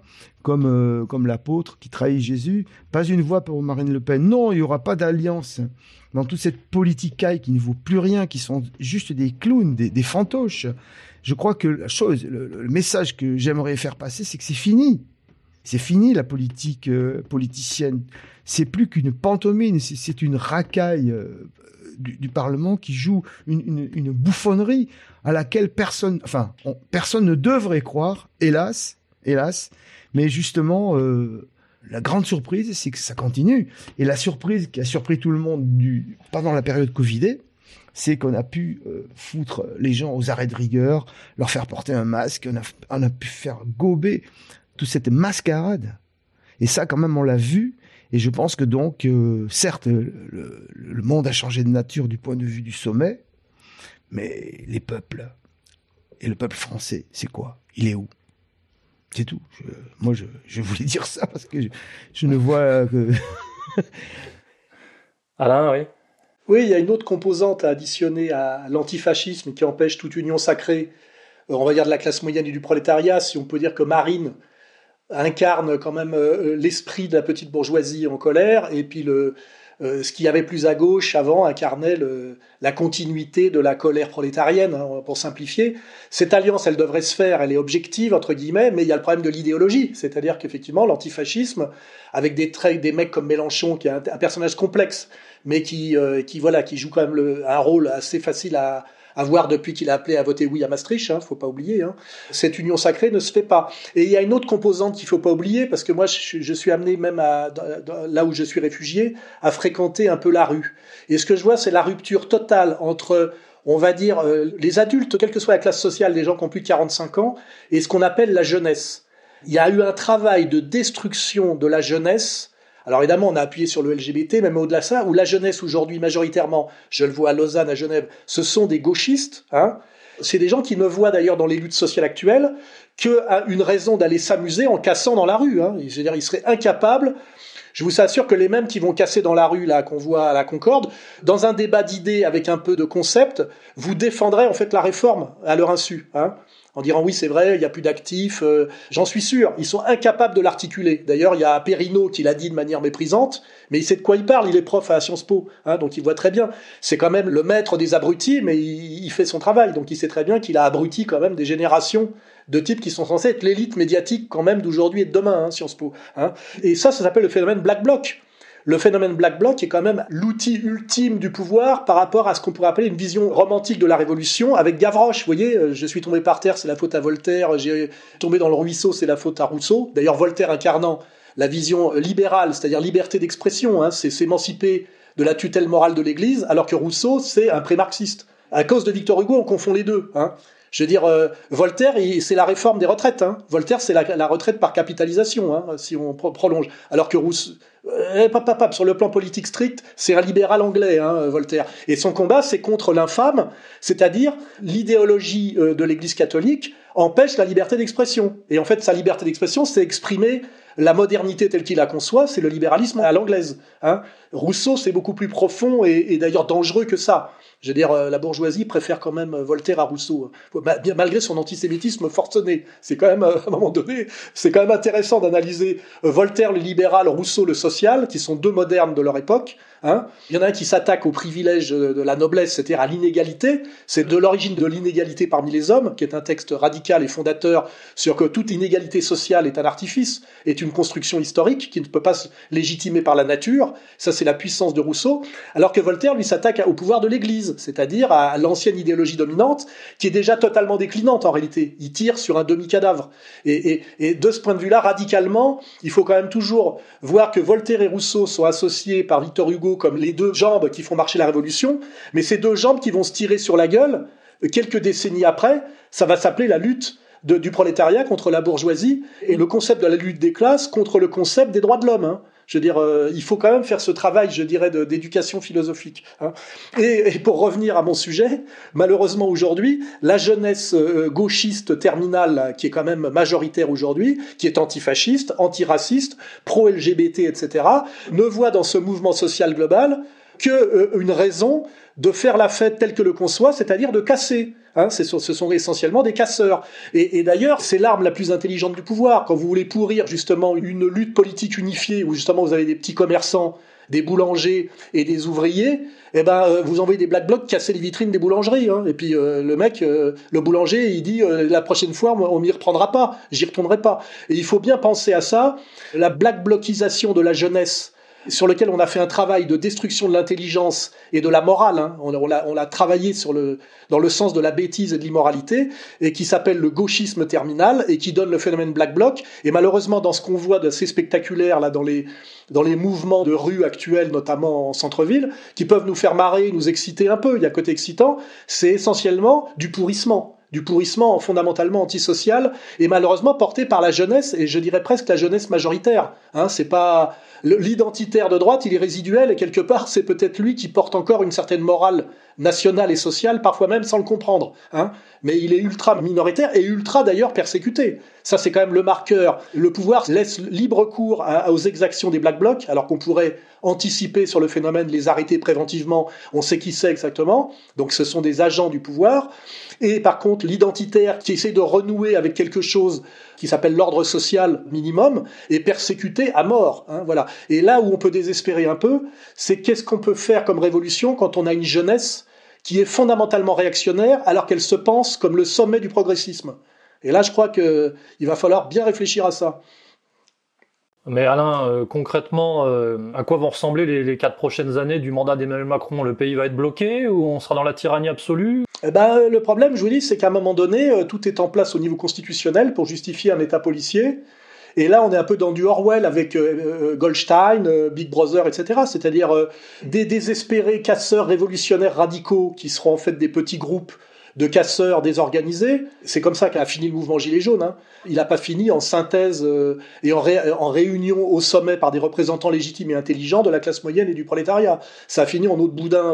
comme l'apôtre qui trahit Jésus. Pas une voix pour Marine Le Pen. Non, il n'y aura pas d'alliance dans toute cette politicaille qui ne vaut plus rien, qui sont juste des clowns, des fantoches. Je crois que le message que j'aimerais faire passer, c'est que c'est fini. C'est fini la politique politicienne. C'est plus qu'une pantomime, c'est une racaille du Parlement qui joue une bouffonnerie à laquelle personne ne devrait croire, hélas. Mais justement, la grande surprise, c'est que ça continue. Et la surprise qui a surpris tout le monde pendant la période Covidée, c'est qu'on a pu foutre les gens aux arrêts de rigueur, leur faire porter un masque, on a pu faire gober toute cette mascarade. Et ça, quand même, on l'a vu. Et je pense que donc, certes, le monde a changé de nature du point de vue du sommet, mais les peuples, et le peuple français, c'est quoi? Il est où? C'est tout. Moi, je voulais dire ça parce que je ne vois que... Alain, oui. Oui, il y a une autre composante à additionner à l'antifascisme qui empêche toute union sacrée, on va dire de la classe moyenne et du prolétariat, si on peut dire que Marine incarne quand même l'esprit de la petite bourgeoisie en colère, et puis ce qu'il y avait plus à gauche avant incarnait la continuité de la colère prolétarienne, hein, pour simplifier. Cette alliance, elle devrait se faire, elle est objective, entre guillemets, mais il y a le problème de l'idéologie, c'est-à-dire qu'effectivement, l'antifascisme, avec des mecs comme Mélenchon, qui est un personnage complexe, mais qui joue quand même un rôle assez facile à voir depuis qu'il a appelé à voter oui à Maastricht, hein, faut pas oublier, hein. Cette union sacrée ne se fait pas. Et il y a une autre composante qu'il faut pas oublier, parce que moi je suis amené même là où je suis réfugié, à fréquenter un peu la rue. Et ce que je vois, c'est la rupture totale entre, on va dire, les adultes, quelle que soit la classe sociale, les gens qui ont plus de 45 ans, et ce qu'on appelle la jeunesse. Il y a eu un travail de destruction de la jeunesse. Alors évidemment, on a appuyé sur le LGBT, même au-delà de ça, où la jeunesse aujourd'hui, majoritairement, je le vois à Lausanne, à Genève, ce sont des gauchistes, hein. C'est des gens qui ne voient d'ailleurs dans les luttes sociales actuelles qu'une raison d'aller s'amuser en cassant dans la rue, hein. Je veux dire, ils seraient incapables. Je vous assure que les mêmes qui vont casser dans la rue, là, qu'on voit à la Concorde, dans un débat d'idées avec un peu de concept, vous défendrez en fait la réforme à leur insu, hein. En disant oui, c'est vrai, il n'y a plus d'actifs, j'en suis sûr, ils sont incapables de l'articuler. D'ailleurs, il y a Perrineau qui l'a dit de manière méprisante, mais il sait de quoi il parle, il est prof à Sciences Po, hein, donc il voit très bien. C'est quand même le maître des abrutis, mais il fait son travail, donc il sait très bien qu'il a abruti quand même des générations de types qui sont censés être l'élite médiatique quand même d'aujourd'hui et de demain, hein, Sciences Po. Hein. Et ça s'appelle le phénomène Black Bloc. Le phénomène Black Bloc est quand même l'outil ultime du pouvoir par rapport à ce qu'on pourrait appeler une vision romantique de la Révolution avec Gavroche. Vous voyez, je suis tombé par terre, c'est la faute à Voltaire, j'ai tombé dans le ruisseau, c'est la faute à Rousseau. D'ailleurs, Voltaire incarnant la vision libérale, c'est-à-dire liberté d'expression, hein, c'est s'émanciper de la tutelle morale de l'Église, alors que Rousseau, c'est un pré-marxiste. À cause de Victor Hugo, on confond les deux, hein. Je veux dire, Voltaire, c'est la réforme des retraites, hein. Voltaire, c'est la retraite par capitalisation, hein, si on prolonge. Alors que Rousseau, sur le plan politique strict, c'est un libéral anglais, hein, Voltaire. Et son combat, c'est contre l'infâme, c'est-à-dire l'idéologie de l'Église catholique empêche la liberté d'expression. Et en fait, sa liberté d'expression, c'est exprimer la modernité telle qu'il la conçoit, c'est le libéralisme à l'anglaise, hein. Rousseau, c'est beaucoup plus profond et d'ailleurs dangereux que ça. Je veux dire, la bourgeoisie préfère quand même Voltaire à Rousseau, malgré son antisémitisme forcené. C'est quand même, à un moment donné, c'est quand même intéressant d'analyser Voltaire, le libéral, Rousseau, le social, qui sont deux modernes de leur époque. Hein. Il y en a un qui s'attaque au privilège de la noblesse, c'est-à-dire à l'inégalité. C'est de l'origine de l'inégalité parmi les hommes, qui est un texte radical et fondateur sur que toute inégalité sociale est un artifice, est une construction historique qui ne peut pas se légitimer par la nature. Ça, c'est la puissance de Rousseau. Alors que Voltaire, lui, s'attaque au pouvoir de l'Église, c'est-à-dire à l'ancienne idéologie dominante, qui est déjà totalement déclinante en réalité. Il tire sur un demi-cadavre. Et de ce point de vue-là, radicalement, il faut quand même toujours voir que Voltaire et Rousseau sont associés par Victor Hugo comme les deux jambes qui font marcher la Révolution, mais ces deux jambes qui vont se tirer sur la gueule, quelques décennies après, ça va s'appeler la lutte du prolétariat contre la bourgeoisie, et le concept de la lutte des classes contre le concept des droits de l'homme, hein. Je veux dire, il faut quand même faire ce travail, je dirais, d'éducation philosophique, hein. Et pour revenir à mon sujet, malheureusement aujourd'hui, la jeunesse gauchiste terminale, qui est quand même majoritaire aujourd'hui, qui est antifasciste, antiraciste, pro-LGBT, etc., ne voit dans ce mouvement social global qu'une raison de faire la fête telle que le conçoit, c'est-à-dire de casser. Hein, ce sont essentiellement des casseurs. Et d'ailleurs, c'est l'arme la plus intelligente du pouvoir. Quand vous voulez pourrir justement une lutte politique unifiée, où justement vous avez des petits commerçants des boulangers et des ouvriers, vous envoyez des Black Blocs casser les vitrines des boulangeries. Hein. Et puis le boulanger, il dit la prochaine fois, on m'y reprendra pas, j'y retournerai pas. Et il faut bien penser à ça. La Black Blocisation de la jeunesse, sur lequel on a fait un travail de destruction de l'intelligence et de la morale. Hein. On l'a travaillé dans le sens de la bêtise et de l'immoralité, et qui s'appelle le gauchisme terminal, et qui donne le phénomène Black Bloc. Et malheureusement, dans ce qu'on voit d'assez spectaculaire là, dans les mouvements de rue actuels, notamment en centre-ville, qui peuvent nous faire marrer, nous exciter un peu, il y a côté excitant, c'est essentiellement du pourrissement fondamentalement antisocial, et malheureusement porté par la jeunesse, et je dirais presque la jeunesse majoritaire. Hein, c'est pas l'identitaire de droite, il est résiduel, et quelque part c'est peut-être lui qui porte encore une certaine morale nationale et sociale, parfois même sans le comprendre. Hein, mais il est ultra minoritaire et ultra d'ailleurs persécuté. Ça c'est quand même le marqueur. Le pouvoir laisse libre cours aux exactions des Black Blocs, alors qu'on pourrait anticiper sur le phénomène, les arrêter préventivement, on sait qui c'est exactement, donc ce sont des agents du pouvoir. Et par contre, l'identitaire qui essaie de renouer avec quelque chose qui s'appelle l'ordre social minimum est persécuté à mort. Hein, voilà. Et là où on peut désespérer un peu, c'est qu'est-ce qu'on peut faire comme révolution quand on a une jeunesse qui est fondamentalement réactionnaire alors qu'elle se pense comme le sommet du progressisme. Et là, je crois qu'il va falloir bien réfléchir à ça. Mais Alain, concrètement, à quoi vont ressembler les 4 prochaines années du mandat d'Emmanuel Macron ? Le pays va être bloqué ou on sera dans la tyrannie absolue ? Le problème, je vous dis, c'est qu'à un moment donné, tout est en place au niveau constitutionnel pour justifier un état policier. Et là, on est un peu dans du Orwell avec Goldstein, Big Brother, etc. C'est-à-dire des désespérés casseurs révolutionnaires radicaux qui seront en fait des petits groupes de casseurs désorganisés. C'est comme ça qu'a fini le mouvement Gilets jaunes. Hein. Il n'a pas fini en synthèse et en réunion au sommet par des représentants légitimes et intelligents de la classe moyenne et du prolétariat. Ça a fini en eau de boudin.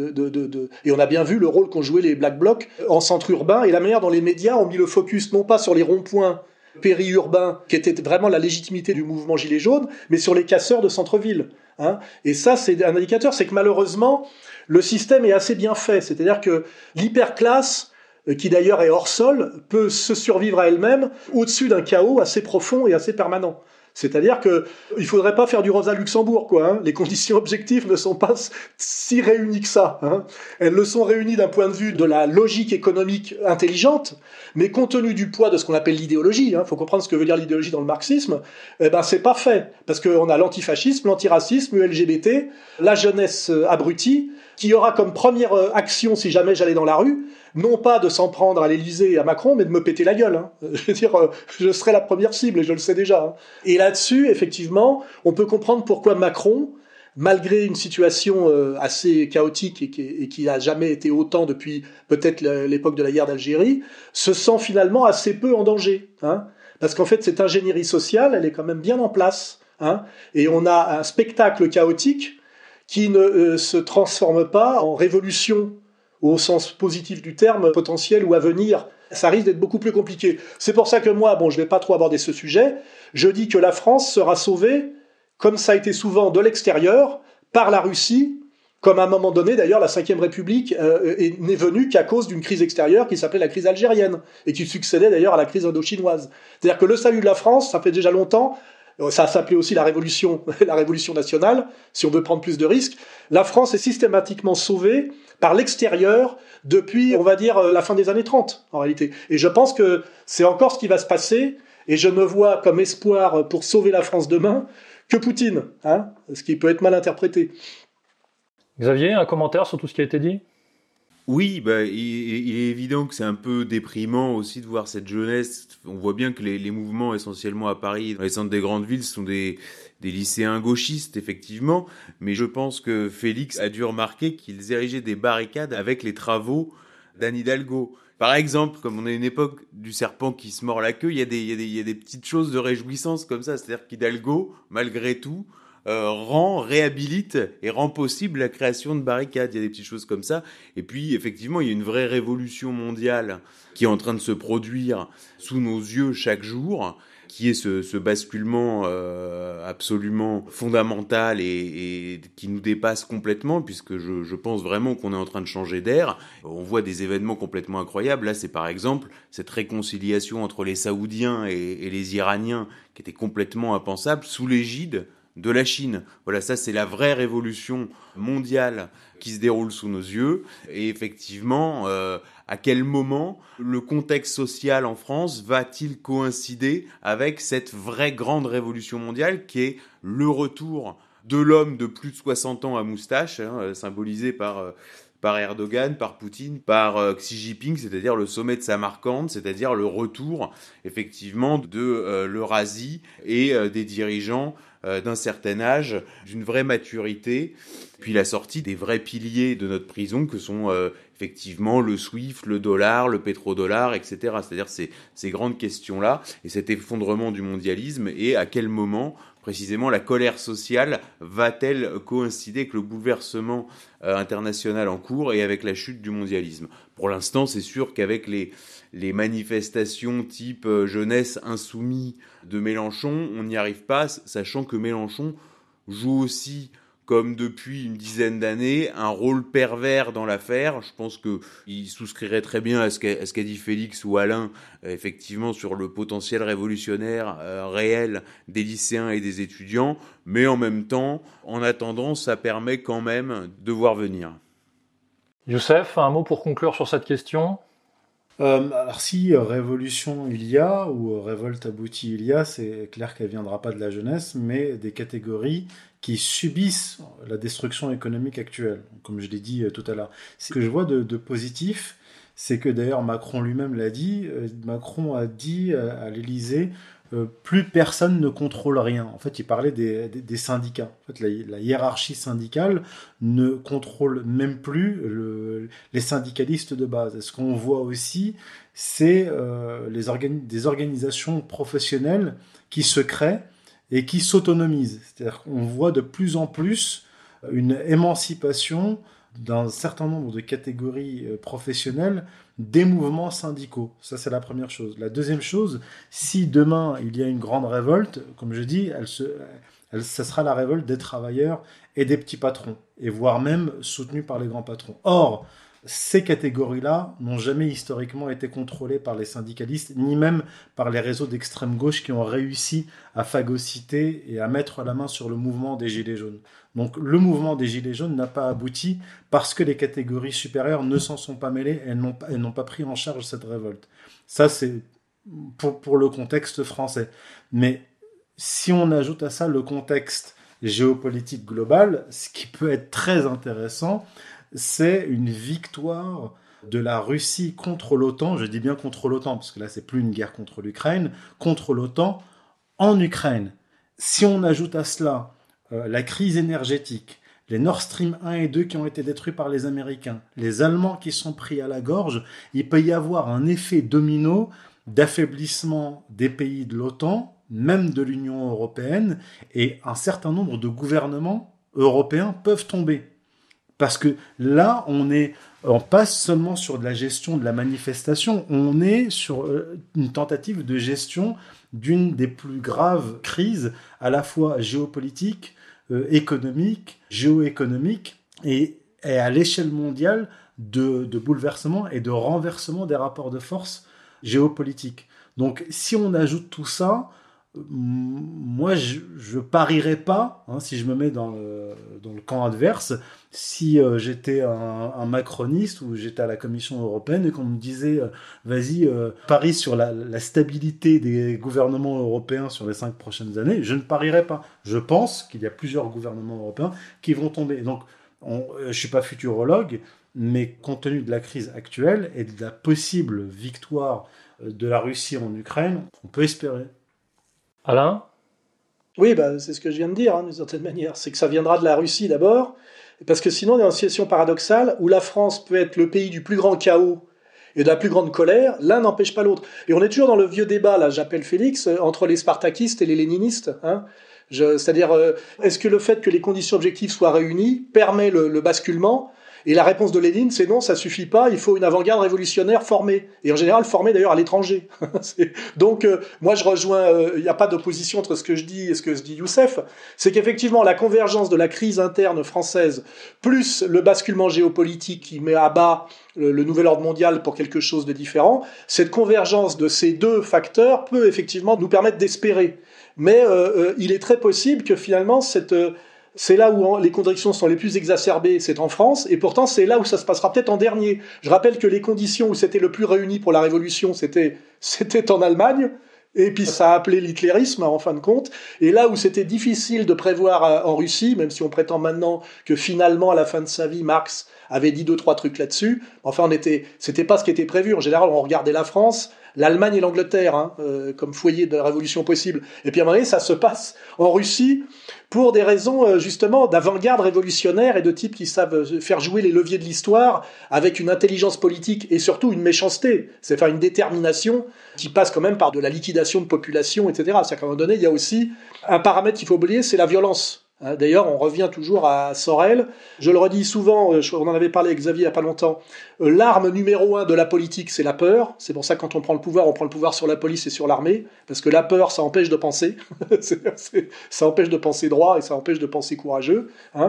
Et on a bien vu le rôle qu'ont joué les Black Blocs en centre urbain et la manière dont les médias ont mis le focus non pas sur les ronds-points périurbains, qui était vraiment la légitimité du mouvement Gilets jaunes, mais sur les casseurs de centre-ville. Hein. Et ça, c'est un indicateur, c'est que malheureusement, le système est assez bien fait. C'est-à-dire que l'hyperclasse, qui d'ailleurs est hors sol, peut se survivre à elle-même au-dessus d'un chaos assez profond et assez permanent. C'est-à-dire que il faudrait pas faire du Rosa Luxembourg, quoi. Hein. Les conditions objectives ne sont pas si réunies que ça. Hein. Elles le sont réunies d'un point de vue de la logique économique intelligente, mais compte tenu du poids de ce qu'on appelle l'idéologie, faut comprendre ce que veut dire l'idéologie dans le marxisme, c'est pas fait. Parce qu'on a l'antifascisme, l'antiracisme, le LGBT, la jeunesse abrutie, qui aura comme première action, si jamais j'allais dans la rue, non pas de s'en prendre à l'Élysée et à Macron, mais de me péter la gueule. Hein. Je veux dire, je serai la première cible, et je le sais déjà. Hein. Et là-dessus, effectivement, on peut comprendre pourquoi Macron, malgré une situation assez chaotique et qui n'a jamais été autant depuis peut-être l'époque de la guerre d'Algérie, se sent finalement assez peu en danger. Hein. Parce qu'en fait, cette ingénierie sociale, elle est quand même bien en place. Hein. Et on a un spectacle chaotique qui ne se transforme pas en révolution au sens positif du terme, potentiel ou à venir. Ça risque d'être beaucoup plus compliqué. C'est pour ça que moi, je vais pas trop aborder ce sujet, je dis que la France sera sauvée, comme ça a été souvent de l'extérieur, par la Russie, comme à un moment donné, d'ailleurs, la Ve République n'est venue qu'à cause d'une crise extérieure qui s'appelait la crise algérienne, et qui succédait d'ailleurs à la crise indo-chinoise. C'est-à-dire que le salut de la France, ça fait déjà longtemps. Ça s'appelait aussi la révolution nationale, si on veut prendre plus de risques. La France est systématiquement sauvée par l'extérieur depuis, on va dire, la fin des années 30, en réalité. Et je pense que c'est encore ce qui va se passer, et je ne vois comme espoir pour sauver la France demain que Poutine, hein, ce qui peut être mal interprété. Xavier, un commentaire sur tout ce qui a été dit ? Oui, il est évident que c'est un peu déprimant aussi de voir cette jeunesse. On voit bien que les mouvements essentiellement à Paris, dans les centres des grandes villes, sont des lycéens gauchistes, effectivement. Mais je pense que Félix a dû remarquer qu'ils érigeaient des barricades avec les travaux d'Anne Hidalgo. Par exemple, comme on a une époque du serpent qui se mord la queue, il y a des petites choses de réjouissance comme ça. C'est-à-dire qu'Hidalgo, malgré tout, réhabilite et rend possible la création de barricades. Il y a des petites choses comme ça. Et puis, effectivement, il y a une vraie révolution mondiale qui est en train de se produire sous nos yeux chaque jour, qui est ce basculement absolument fondamental et qui nous dépasse complètement, puisque je pense vraiment qu'on est en train de changer d'air. On voit des événements complètement incroyables. Là, c'est par exemple cette réconciliation entre les Saoudiens et les Iraniens qui était complètement impensable sous l'égide de la Chine. Voilà, ça c'est la vraie révolution mondiale qui se déroule sous nos yeux. Et effectivement, à quel moment le contexte social en France va-t-il coïncider avec cette vraie grande révolution mondiale qui est le retour de l'homme de plus de 60 ans à moustache, symbolisé par Erdogan, par Poutine, par Xi Jinping, c'est-à-dire le sommet de Samarcande, c'est-à-dire le retour effectivement de l'Eurasie et des dirigeants d'un certain âge, d'une vraie maturité, puis la sortie des vrais piliers de notre prison que sont effectivement le SWIFT, le dollar, le pétrodollar, etc. C'est-à-dire ces grandes questions-là et cet effondrement du mondialisme et à quel moment précisément la colère sociale va-t-elle coïncider avec le bouleversement international en cours et avec la chute du mondialisme. Pour l'instant, c'est sûr qu'avec les manifestations type jeunesse insoumis de Mélenchon, on n'y arrive pas, sachant que Mélenchon joue aussi, comme depuis une dizaine d'années, un rôle pervers dans l'affaire. Je pense qu'il souscrirait très bien à ce qu'a dit Félix ou Alain, effectivement, sur le potentiel révolutionnaire réel des lycéens et des étudiants. Mais en même temps, en attendant, ça permet quand même de voir venir. Youssef, un mot pour conclure sur cette question ? Alors si révolution il y a, ou révolte aboutie il y a, c'est clair qu'elle viendra pas de la jeunesse, mais des catégories qui subissent la destruction économique actuelle, comme je l'ai dit tout à l'heure. Ce que je vois de positif, c'est que d'ailleurs Macron lui-même l'a dit, Macron a dit à l'Élysée, plus personne ne contrôle rien. En fait, il parlait des syndicats. En fait, la hiérarchie syndicale ne contrôle même plus les syndicalistes de base. Et ce qu'on voit aussi, c'est des organisations professionnelles qui se créent et qui s'autonomisent. C'est-à-dire qu'on voit de plus en plus une émancipation d'un certain nombre de catégories professionnelles des mouvements syndicaux. Ça, c'est la première chose. La deuxième chose, si demain il y a une grande révolte, comme je dis, ça sera la révolte des travailleurs et des petits patrons, et voire même soutenue par les grands patrons. Or, ces catégories-là n'ont jamais historiquement été contrôlées par les syndicalistes, ni même par les réseaux d'extrême gauche qui ont réussi à phagocyter et à mettre la main sur le mouvement des Gilets jaunes. Donc le mouvement des Gilets jaunes n'a pas abouti parce que les catégories supérieures ne s'en sont pas mêlées, elles n'ont pas pris en charge cette révolte. Ça, c'est pour le contexte français. Mais si on ajoute à ça le contexte géopolitique global, ce qui peut être très intéressant, c'est une victoire de la Russie contre l'OTAN, je dis bien contre l'OTAN, parce que là, c'est plus une guerre contre l'Ukraine, contre l'OTAN en Ukraine. Si on ajoute à cela la crise énergétique, les Nord Stream 1 et 2 qui ont été détruits par les Américains, les Allemands qui sont pris à la gorge, il peut y avoir un effet domino d'affaiblissement des pays de l'OTAN, même de l'Union européenne, et un certain nombre de gouvernements européens peuvent tomber. Parce que là, on passe seulement sur de la gestion de la manifestation, on est sur une tentative de gestion d'une des plus graves crises, à la fois géopolitique, économique, géoéconomique, et à l'échelle mondiale de bouleversement et de renversement des rapports de force géopolitiques. Donc si on ajoute tout ça, moi je parierais pas, si je me mets dans le camp adverse, si j'étais un macroniste ou j'étais à la Commission européenne et qu'on me disait vas-y parie sur la stabilité des gouvernements européens sur les 5 prochaines années, je ne parierais pas. Je pense qu'il y a plusieurs gouvernements européens qui vont tomber. Donc je suis pas futurologue, mais compte tenu de la crise actuelle et de la possible victoire de la Russie en Ukraine, on peut espérer. Alain ? Oui, c'est ce que je viens de dire, d'une certaine manière. C'est que ça viendra de la Russie d'abord, parce que sinon on est dans une situation paradoxale où la France peut être le pays du plus grand chaos et de la plus grande colère, l'un n'empêche pas l'autre. Et on est toujours dans le vieux débat, là, j'appelle Félix, entre les spartakistes et les léninistes. C'est-à-dire, est-ce que le fait que les conditions objectives soient réunies permet le basculement ? Et la réponse de Lénine, c'est non, ça suffit pas, il faut une avant-garde révolutionnaire formée. Et en général, formée d'ailleurs à l'étranger. Donc, moi, je rejoins, il n'y a pas d'opposition entre ce que je dis et ce que se dit Youssef. C'est qu'effectivement, la convergence de la crise interne française, plus le basculement géopolitique qui met à bas le nouvel ordre mondial pour quelque chose de différent, cette convergence de ces deux facteurs peut effectivement nous permettre d'espérer. Mais il est très possible que finalement, c'est là où les contradictions sont les plus exacerbées, c'est en France, et pourtant c'est là où ça se passera peut-être en dernier. Je rappelle que les conditions où c'était le plus réuni pour la Révolution, c'était en Allemagne, et puis ça a appelé l'hitlérisme en fin de compte, et là où c'était difficile de prévoir en Russie, même si on prétend maintenant que finalement à la fin de sa vie, Marx avait dit 2-3 trucs là-dessus, enfin c'était pas ce qui était prévu. En général, on regardait la France, l'Allemagne et l'Angleterre comme foyer de la révolution possible. Et puis à un moment donné, ça se passe en Russie pour des raisons justement d'avant-garde révolutionnaire et de types qui savent faire jouer les leviers de l'histoire avec une intelligence politique et surtout une méchanceté, c'est-à-dire une détermination qui passe quand même par de la liquidation de population, etc. C'est-à-dire qu'à un moment donné, il y a aussi un paramètre qu'il faut oublier, c'est la violence. D'ailleurs, on revient toujours à Sorel. Je le redis souvent, on en avait parlé avec Xavier il n'y a pas longtemps, l'arme numéro 1 de la politique, c'est la peur. C'est pour ça que quand on prend le pouvoir sur la police et sur l'armée, parce que la peur, ça empêche de penser. Ça empêche de penser droit et ça empêche de penser courageux.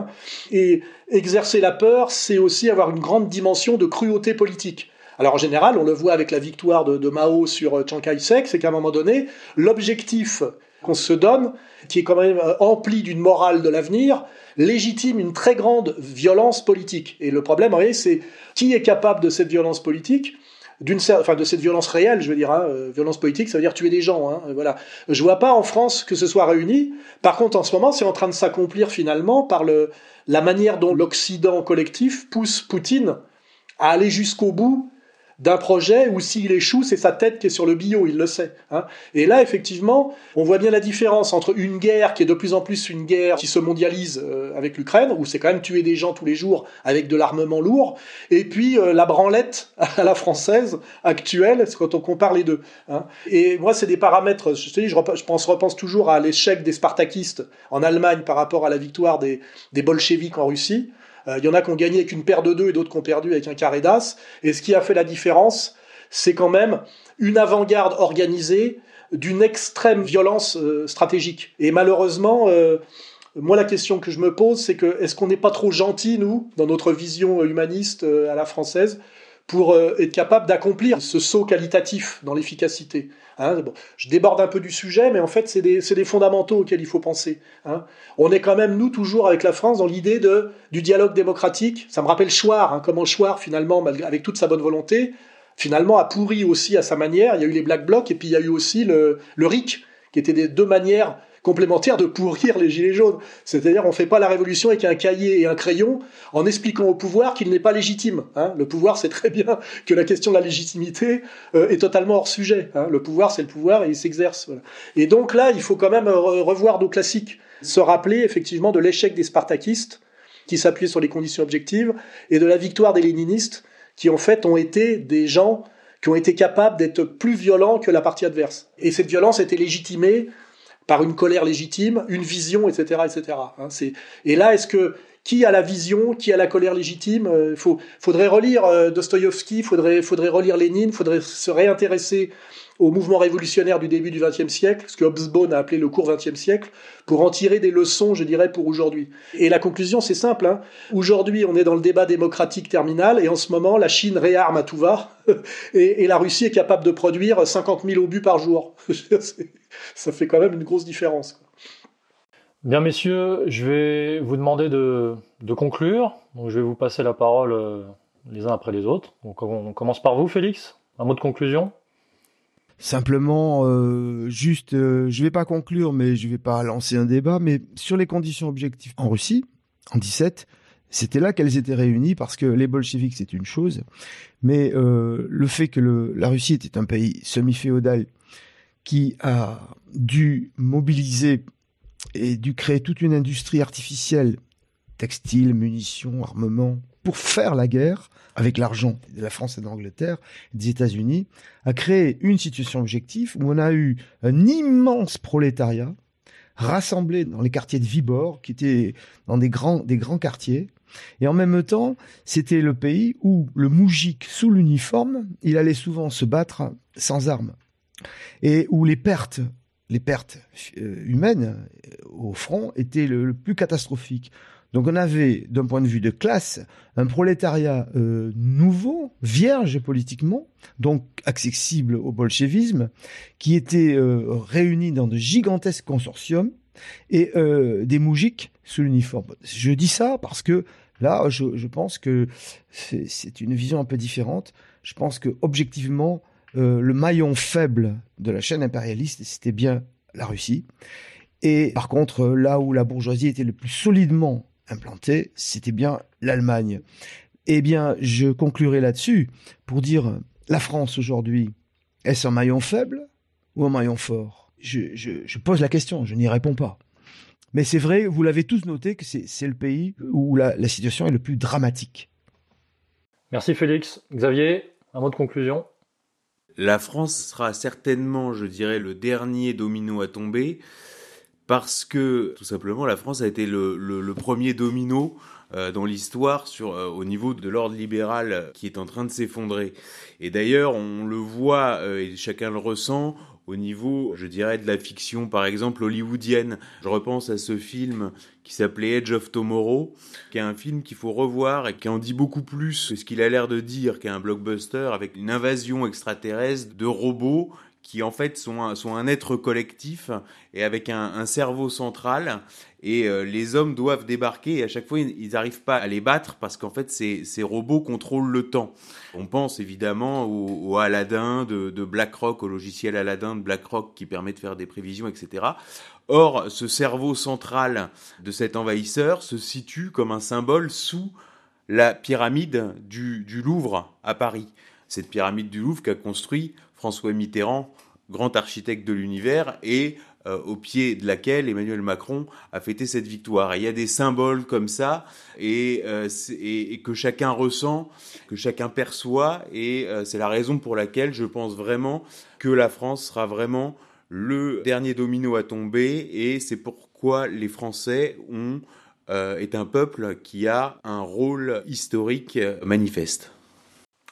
Et exercer la peur, c'est aussi avoir une grande dimension de cruauté politique. Alors en général, on le voit avec la victoire de Mao sur Chiang Kai-shek, c'est qu'à un moment donné, l'objectif qu'on se donne, qui est quand même empli d'une morale de l'avenir, légitime une très grande violence politique. Et le problème, vous voyez, c'est qui est capable de cette violence politique, de cette violence réelle, je veux dire, violence politique, ça veut dire tuer des gens, voilà. Je vois pas en France que ce soit réuni. Par contre, en ce moment, c'est en train de s'accomplir finalement par la manière dont l'Occident collectif pousse Poutine à aller jusqu'au bout d'un projet où s'il échoue, c'est sa tête qui est sur le billot, il le sait. Et là, effectivement, on voit bien la différence entre une guerre qui est de plus en plus une guerre qui se mondialise avec l'Ukraine, où c'est quand même tuer des gens tous les jours avec de l'armement lourd, et puis la branlette à la française actuelle, c'est quand on compare les deux. Et moi, c'est des paramètres, je te dis, je repense toujours à l'échec des spartakistes en Allemagne par rapport à la victoire des bolcheviks en Russie. Il y en a qui ont gagné avec une paire de 2 et d'autres qui ont perdu avec un carré d'as. Et ce qui a fait la différence, c'est quand même une avant-garde organisée d'une extrême violence stratégique. Et malheureusement, moi la question que je me pose, c'est que est-ce qu'on n'est pas trop gentil, nous, dans notre vision humaniste à la française, pour être capable d'accomplir ce saut qualitatif dans l'efficacité. Bon, je déborde un peu du sujet, mais en fait, c'est des fondamentaux auxquels il faut penser. On est quand même, nous, toujours avec la France, dans l'idée du dialogue démocratique. Ça me rappelle Chouard, comment Chouard, finalement, avec toute sa bonne volonté, finalement, a pourri aussi à sa manière. Il y a eu les Black Blocs, et puis il y a eu aussi le RIC, qui étaient des deux manières complémentaire de pourrir les gilets jaunes. C'est-à-dire, on fait pas la révolution avec un cahier et un crayon en expliquant au pouvoir qu'il n'est pas légitime. Le pouvoir sait très bien que la question de la légitimité est totalement hors sujet. Le pouvoir, c'est le pouvoir et il s'exerce. Voilà. Et donc là, il faut quand même revoir nos classiques. Se rappeler effectivement de l'échec des spartakistes qui s'appuyaient sur les conditions objectives et de la victoire des léninistes qui en fait ont été des gens qui ont été capables d'être plus violents que la partie adverse. Et cette violence était légitimée par une colère légitime, une vision, etc., etc. Et là, qui a la vision, qui a la colère légitime? Faudrait relire Dostoïevski, faudrait relire Lénine, faudrait se réintéresser au mouvement révolutionnaire du début du XXe siècle, ce que Hobsbawm a appelé le court XXe siècle, pour en tirer des leçons, je dirais, pour aujourd'hui. Et la conclusion, c'est simple. Aujourd'hui, on est dans le débat démocratique terminal, et en ce moment, la Chine réarme à tout va, et la Russie est capable de produire 50 000 obus par jour. Ça fait quand même une grosse différence. Bien, messieurs, je vais vous demander de conclure. Donc, je vais vous passer la parole les uns après les autres. Donc, on commence par vous, Félix. Un mot de conclusion. Simplement, je vais pas conclure, mais je vais pas lancer un débat, mais sur les conditions objectives en Russie, en 17, c'était là qu'elles étaient réunies, parce que les bolcheviks, c'est une chose, mais le fait que la Russie était un pays semi-féodal qui a dû mobiliser et dû créer toute une industrie artificielle, textile, munitions, armement, pour faire la guerre, avec l'argent de la France et de l'Angleterre, des États-Unis, a créé une situation objective où on a eu un immense prolétariat rassemblé dans les quartiers de Vybor, qui étaient dans des grands quartiers, Et en même temps, c'était le pays où le moujik sous l'uniforme, il allait souvent se battre sans armes. Et où les pertes humaines au front étaient le plus catastrophiques. Donc on avait, d'un point de vue de classe, un prolétariat nouveau, vierge politiquement, donc accessible au bolchevisme, qui était réuni dans de gigantesques consortiums et des moujiks sous l'uniforme. Je dis ça parce que là, je pense que c'est une vision un peu différente. Je pense que objectivement, le maillon faible de la chaîne impérialiste, c'était bien la Russie. Et par contre, là où la bourgeoisie était le plus solidement implantée, c'était bien l'Allemagne. Eh bien, je conclurai là-dessus pour dire, la France aujourd'hui, est-ce un maillon faible ou un maillon fort ? Je pose la question, je n'y réponds pas. Mais c'est vrai, vous l'avez tous noté, que c'est le pays où la situation est le plus dramatique. Merci Félix. Xavier, un mot de conclusion ? La France sera certainement, je dirais, le dernier domino à tomber, parce que, tout simplement, la France a été le premier domino dans l'histoire au niveau de l'ordre libéral qui est en train de s'effondrer. Et d'ailleurs, on le voit, et chacun le ressent, au niveau, je dirais, de la fiction, par exemple, hollywoodienne. Je repense à ce film qui s'appelait Edge of Tomorrow, qui est un film qu'il faut revoir et qui en dit beaucoup plus que ce qu'il a l'air de dire qu'un blockbuster avec une invasion extraterrestre de robots qui en fait sont un être collectif et avec un cerveau central, et les hommes doivent débarquer et à chaque fois ils n'arrivent pas à les battre parce qu'en fait ces robots contrôlent le temps. On pense évidemment au Aladdin de BlackRock, au logiciel Aladdin de BlackRock qui permet de faire des prévisions, etc. Or, ce cerveau central de cet envahisseur se situe comme un symbole sous la pyramide du Louvre à Paris. Cette pyramide du Louvre qu'a construit François Mitterrand, grand architecte de l'univers, et au pied de laquelle Emmanuel Macron a fêté cette victoire. Et il y a des symboles comme ça, et que chacun ressent, que chacun perçoit, et c'est la raison pour laquelle je pense vraiment que la France sera vraiment le dernier domino à tomber, et c'est pourquoi les Français est un peuple qui a un rôle historique manifeste. Youssef ?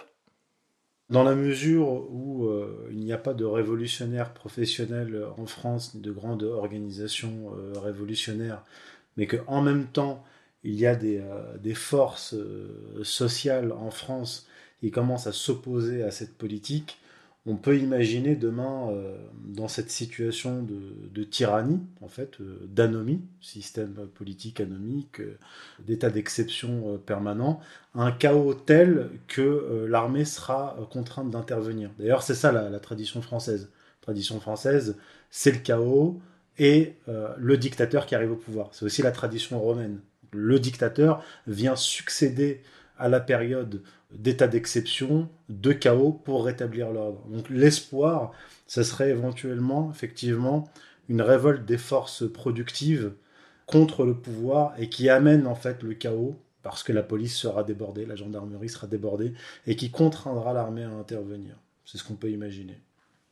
Dans la mesure où il n'y a pas de révolutionnaires professionnels en France, ni de grandes organisations révolutionnaires, mais qu'en même temps, il y a des forces sociales en France qui commencent à s'opposer à cette politique, on peut imaginer demain, dans cette situation de tyrannie, en fait, d'anomie, système politique anomique, d'état d'exception permanent, un chaos tel que l'armée sera contrainte d'intervenir. D'ailleurs, c'est ça la tradition française. La tradition française, c'est le chaos et le dictateur qui arrive au pouvoir. C'est aussi la tradition romaine. Le dictateur vient succéder à la période d'état d'exception, de chaos pour rétablir l'ordre. Donc l'espoir, ça serait éventuellement, effectivement, une révolte des forces productives contre le pouvoir et qui amène en fait le chaos parce que la police sera débordée, la gendarmerie sera débordée et qui contraindra l'armée à intervenir. C'est ce qu'on peut imaginer.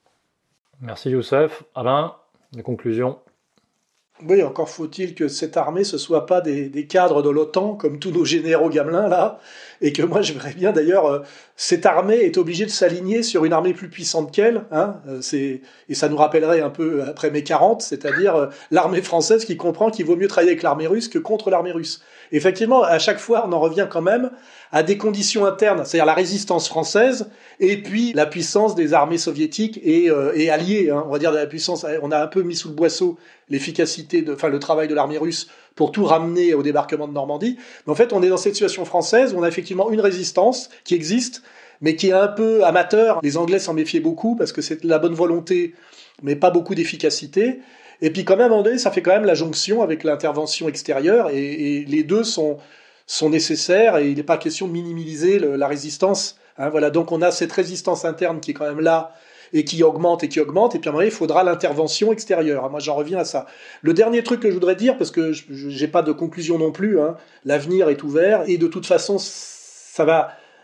Merci Youssef. Alain, les conclusions ? Oui, encore faut-il que cette armée, ce soit pas des cadres de l'OTAN, comme tous nos généraux gamelins, là, et que moi, je verrais bien, d'ailleurs, cette armée est obligée de s'aligner sur une armée plus puissante qu'elle, hein, et ça nous rappellerait un peu après mai 40, c'est-à-dire l'armée française qui comprend qu'il vaut mieux travailler avec l'armée russe que contre l'armée russe. Effectivement, à chaque fois, on en revient quand même à des conditions internes, c'est-à-dire la résistance française, et puis la puissance des armées soviétiques et alliées, hein, on va dire de la puissance, on a un peu mis sous le boisseau l'efficacité, le travail de l'armée russe pour tout ramener au débarquement de Normandie. Mais en fait, on est dans cette situation française où on a effectivement une résistance qui existe, mais qui est un peu amateur. Les Anglais s'en méfiaient beaucoup parce que c'est de la bonne volonté, mais pas beaucoup d'efficacité. Et puis quand même, à un moment donné, ça fait quand même la jonction avec l'intervention extérieure, et les deux sont nécessaires, et il n'est pas question de minimiser la résistance. Hein, voilà. Donc on a cette résistance interne qui est quand même là, et qui augmente, et puis à un moment, il faudra l'intervention extérieure. Moi, j'en reviens à ça. Le dernier truc que je voudrais dire, parce que j'ai pas de conclusion non plus, hein, l'avenir est ouvert, et de toute façon, ça va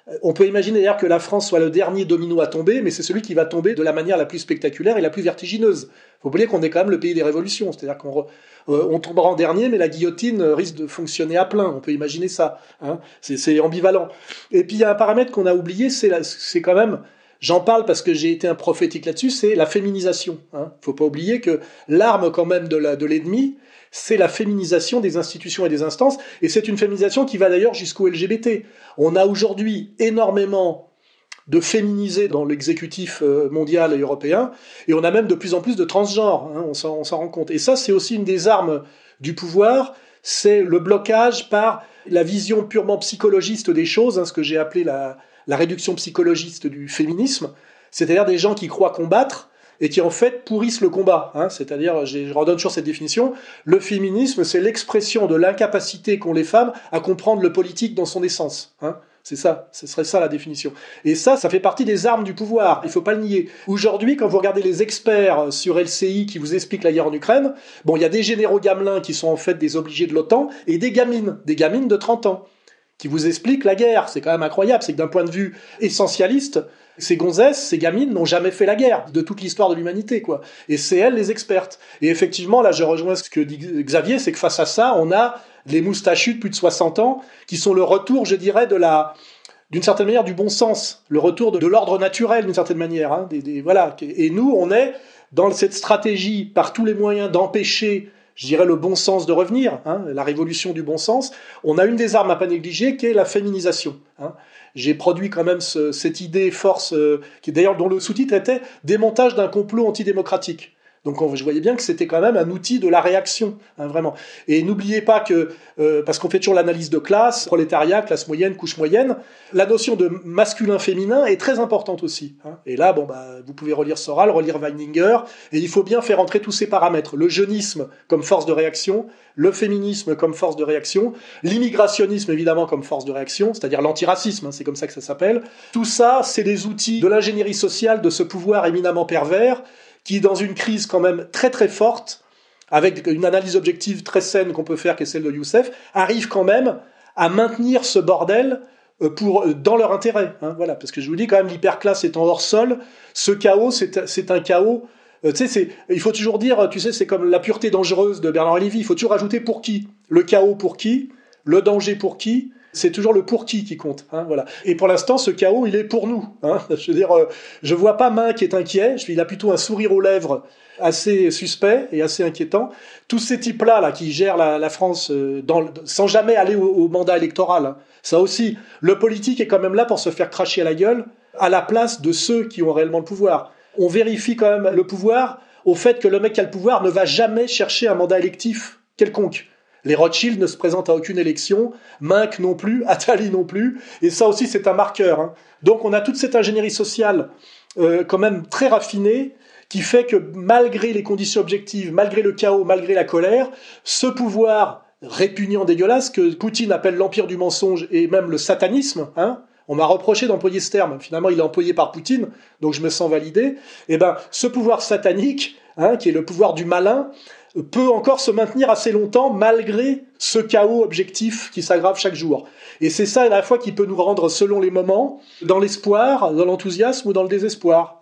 On peut imaginer d'ailleurs que la France soit le dernier domino à tomber, mais c'est celui qui va tomber de la manière la plus spectaculaire et la plus vertigineuse. Il faut oublier qu'on est quand même le pays des révolutions, c'est-à-dire qu'on tombera en dernier, mais la guillotine risque de fonctionner à plein. On peut imaginer ça. Hein. C'est ambivalent. Et puis il y a un paramètre qu'on a oublié, c'est quand même... J'en parle parce que j'ai été un prophétique là-dessus, c'est la féminisation. Hein. Faut pas oublier que l'arme quand même de l'ennemi, c'est la féminisation des institutions et des instances, et c'est une féminisation qui va d'ailleurs jusqu'au LGBT. On a aujourd'hui énormément de féminisés dans l'exécutif mondial et européen, et on a même de plus en plus de transgenres, hein, on s'en rend compte. Et ça, c'est aussi une des armes du pouvoir, c'est le blocage par la vision purement psychologiste des choses, hein, ce que j'ai appelé la réduction psychologiste du féminisme, c'est-à-dire des gens qui croient combattre, et qui en fait pourrissent le combat. Hein. C'est-à-dire, je redonne toujours cette définition, le féminisme, c'est l'expression de l'incapacité qu'ont les femmes à comprendre le politique dans son essence. Hein. C'est ça, ce serait ça la définition. Et ça fait partie des armes du pouvoir, il faut pas le nier. Aujourd'hui, quand vous regardez les experts sur LCI qui vous expliquent la guerre en Ukraine, bon, il y a des généraux gamelins qui sont en fait des obligés de l'OTAN, et des gamines de 30 ans, qui vous expliquent la guerre. C'est quand même incroyable, c'est que d'un point de vue essentialiste, ces gonzesses, ces gamines n'ont jamais fait la guerre de toute l'histoire de l'humanité, quoi. Et c'est elles les expertes. Et effectivement, là, je rejoins ce que dit Xavier, c'est que face à ça, on a les moustachus de plus de 60 ans, qui sont le retour, je dirais, d'une certaine manière, du bon sens, le retour de l'ordre naturel, d'une certaine manière, hein, voilà. Et nous, on est dans cette stratégie, par tous les moyens, d'empêcher, je dirais, le bon sens de revenir, hein, la révolution du bon sens. On a une des armes à pas négliger, qui est la féminisation, hein. J'ai produit quand même cette idée force, qui d'ailleurs dont le sous-titre était « Démontage d'un complot antidémocratique ». Donc je voyais bien que c'était quand même un outil de la réaction, hein, vraiment. Et n'oubliez pas que, parce qu'on fait toujours l'analyse de classe, prolétariat, classe moyenne, couche moyenne, la notion de masculin-féminin est très importante aussi. Hein. Et là, vous pouvez relire Soral, relire Weininger, et il faut bien faire entrer tous ces paramètres. Le jeunisme comme force de réaction, le féminisme comme force de réaction, l'immigrationnisme évidemment comme force de réaction, c'est-à-dire l'antiracisme, hein, c'est comme ça que ça s'appelle. Tout ça, c'est des outils de l'ingénierie sociale de ce pouvoir éminemment pervers, qui, dans une crise quand même très très forte, avec une analyse objective très saine qu'on peut faire, qui est celle de Youssef, arrive quand même à maintenir ce bordel dans leur intérêt. Hein, voilà, parce que je vous dis quand même, l'hyperclasse étant hors sol, ce chaos, c'est un chaos. Il faut toujours dire, tu sais, c'est comme la pureté dangereuse de Bernard Lévy. Il faut toujours ajouter pour qui. Le chaos pour qui, le danger pour qui. C'est toujours le pour qui compte, hein, voilà. Et pour l'instant, ce chaos, il est pour nous, hein. Je veux dire, je vois pas Main qui est inquiet. Il a plutôt un sourire aux lèvres assez suspect et assez inquiétant. Tous ces types-là, qui gèrent la France sans jamais aller au mandat électoral, hein. Ça aussi, le politique est quand même là pour se faire cracher à la gueule à la place de ceux qui ont réellement le pouvoir. On vérifie quand même le pouvoir au fait que le mec qui a le pouvoir ne va jamais chercher un mandat électif quelconque. Les Rothschild ne se présentent à aucune élection, Minck non plus, Attali non plus, et ça aussi c'est un marqueur. Hein. Donc on a toute cette ingénierie sociale quand même très raffinée, qui fait que malgré les conditions objectives, malgré le chaos, malgré la colère, ce pouvoir répugnant, dégueulasse, que Poutine appelle l'empire du mensonge et même le satanisme, hein, on m'a reproché d'employer ce terme, finalement il est employé par Poutine, donc je me sens validé, et ce pouvoir satanique, hein, qui est le pouvoir du malin, peut encore se maintenir assez longtemps malgré ce chaos objectif qui s'aggrave chaque jour. Et c'est ça à la fois qui peut nous rendre, selon les moments, dans l'espoir, dans l'enthousiasme ou dans le désespoir.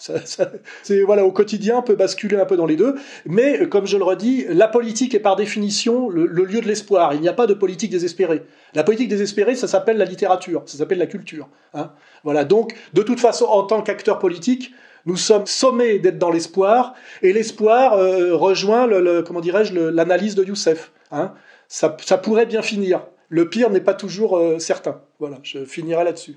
Voilà, au quotidien, on peut basculer un peu dans les deux. Mais, comme je le redis, la politique est par définition le lieu de l'espoir. Il n'y a pas de politique désespérée. La politique désespérée, ça s'appelle la littérature, ça s'appelle la culture. Hein. Voilà, donc, de toute façon, en tant qu'acteur politique, nous sommes sommés d'être dans l'espoir, et l'espoir rejoint l'analyse de Youssef. Hein. Ça pourrait bien finir. Le pire n'est pas toujours certain. Voilà, je finirai là-dessus.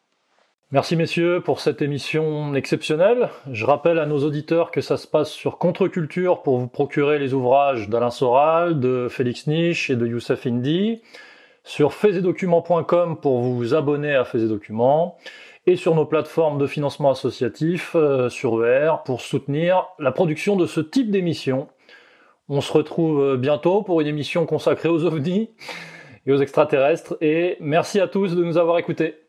Merci messieurs pour cette émission exceptionnelle. Je rappelle à nos auditeurs que ça se passe sur Contre-Culture pour vous procurer les ouvrages d'Alain Soral, de Félix Niche et de Youssef Indy, sur faisetdocuments.com pour vous abonner à Faits et Documents, et sur nos plateformes de financement associatif, sur ER, pour soutenir la production de ce type d'émission. On se retrouve bientôt pour une émission consacrée aux ovnis et aux extraterrestres, et merci à tous de nous avoir écoutés.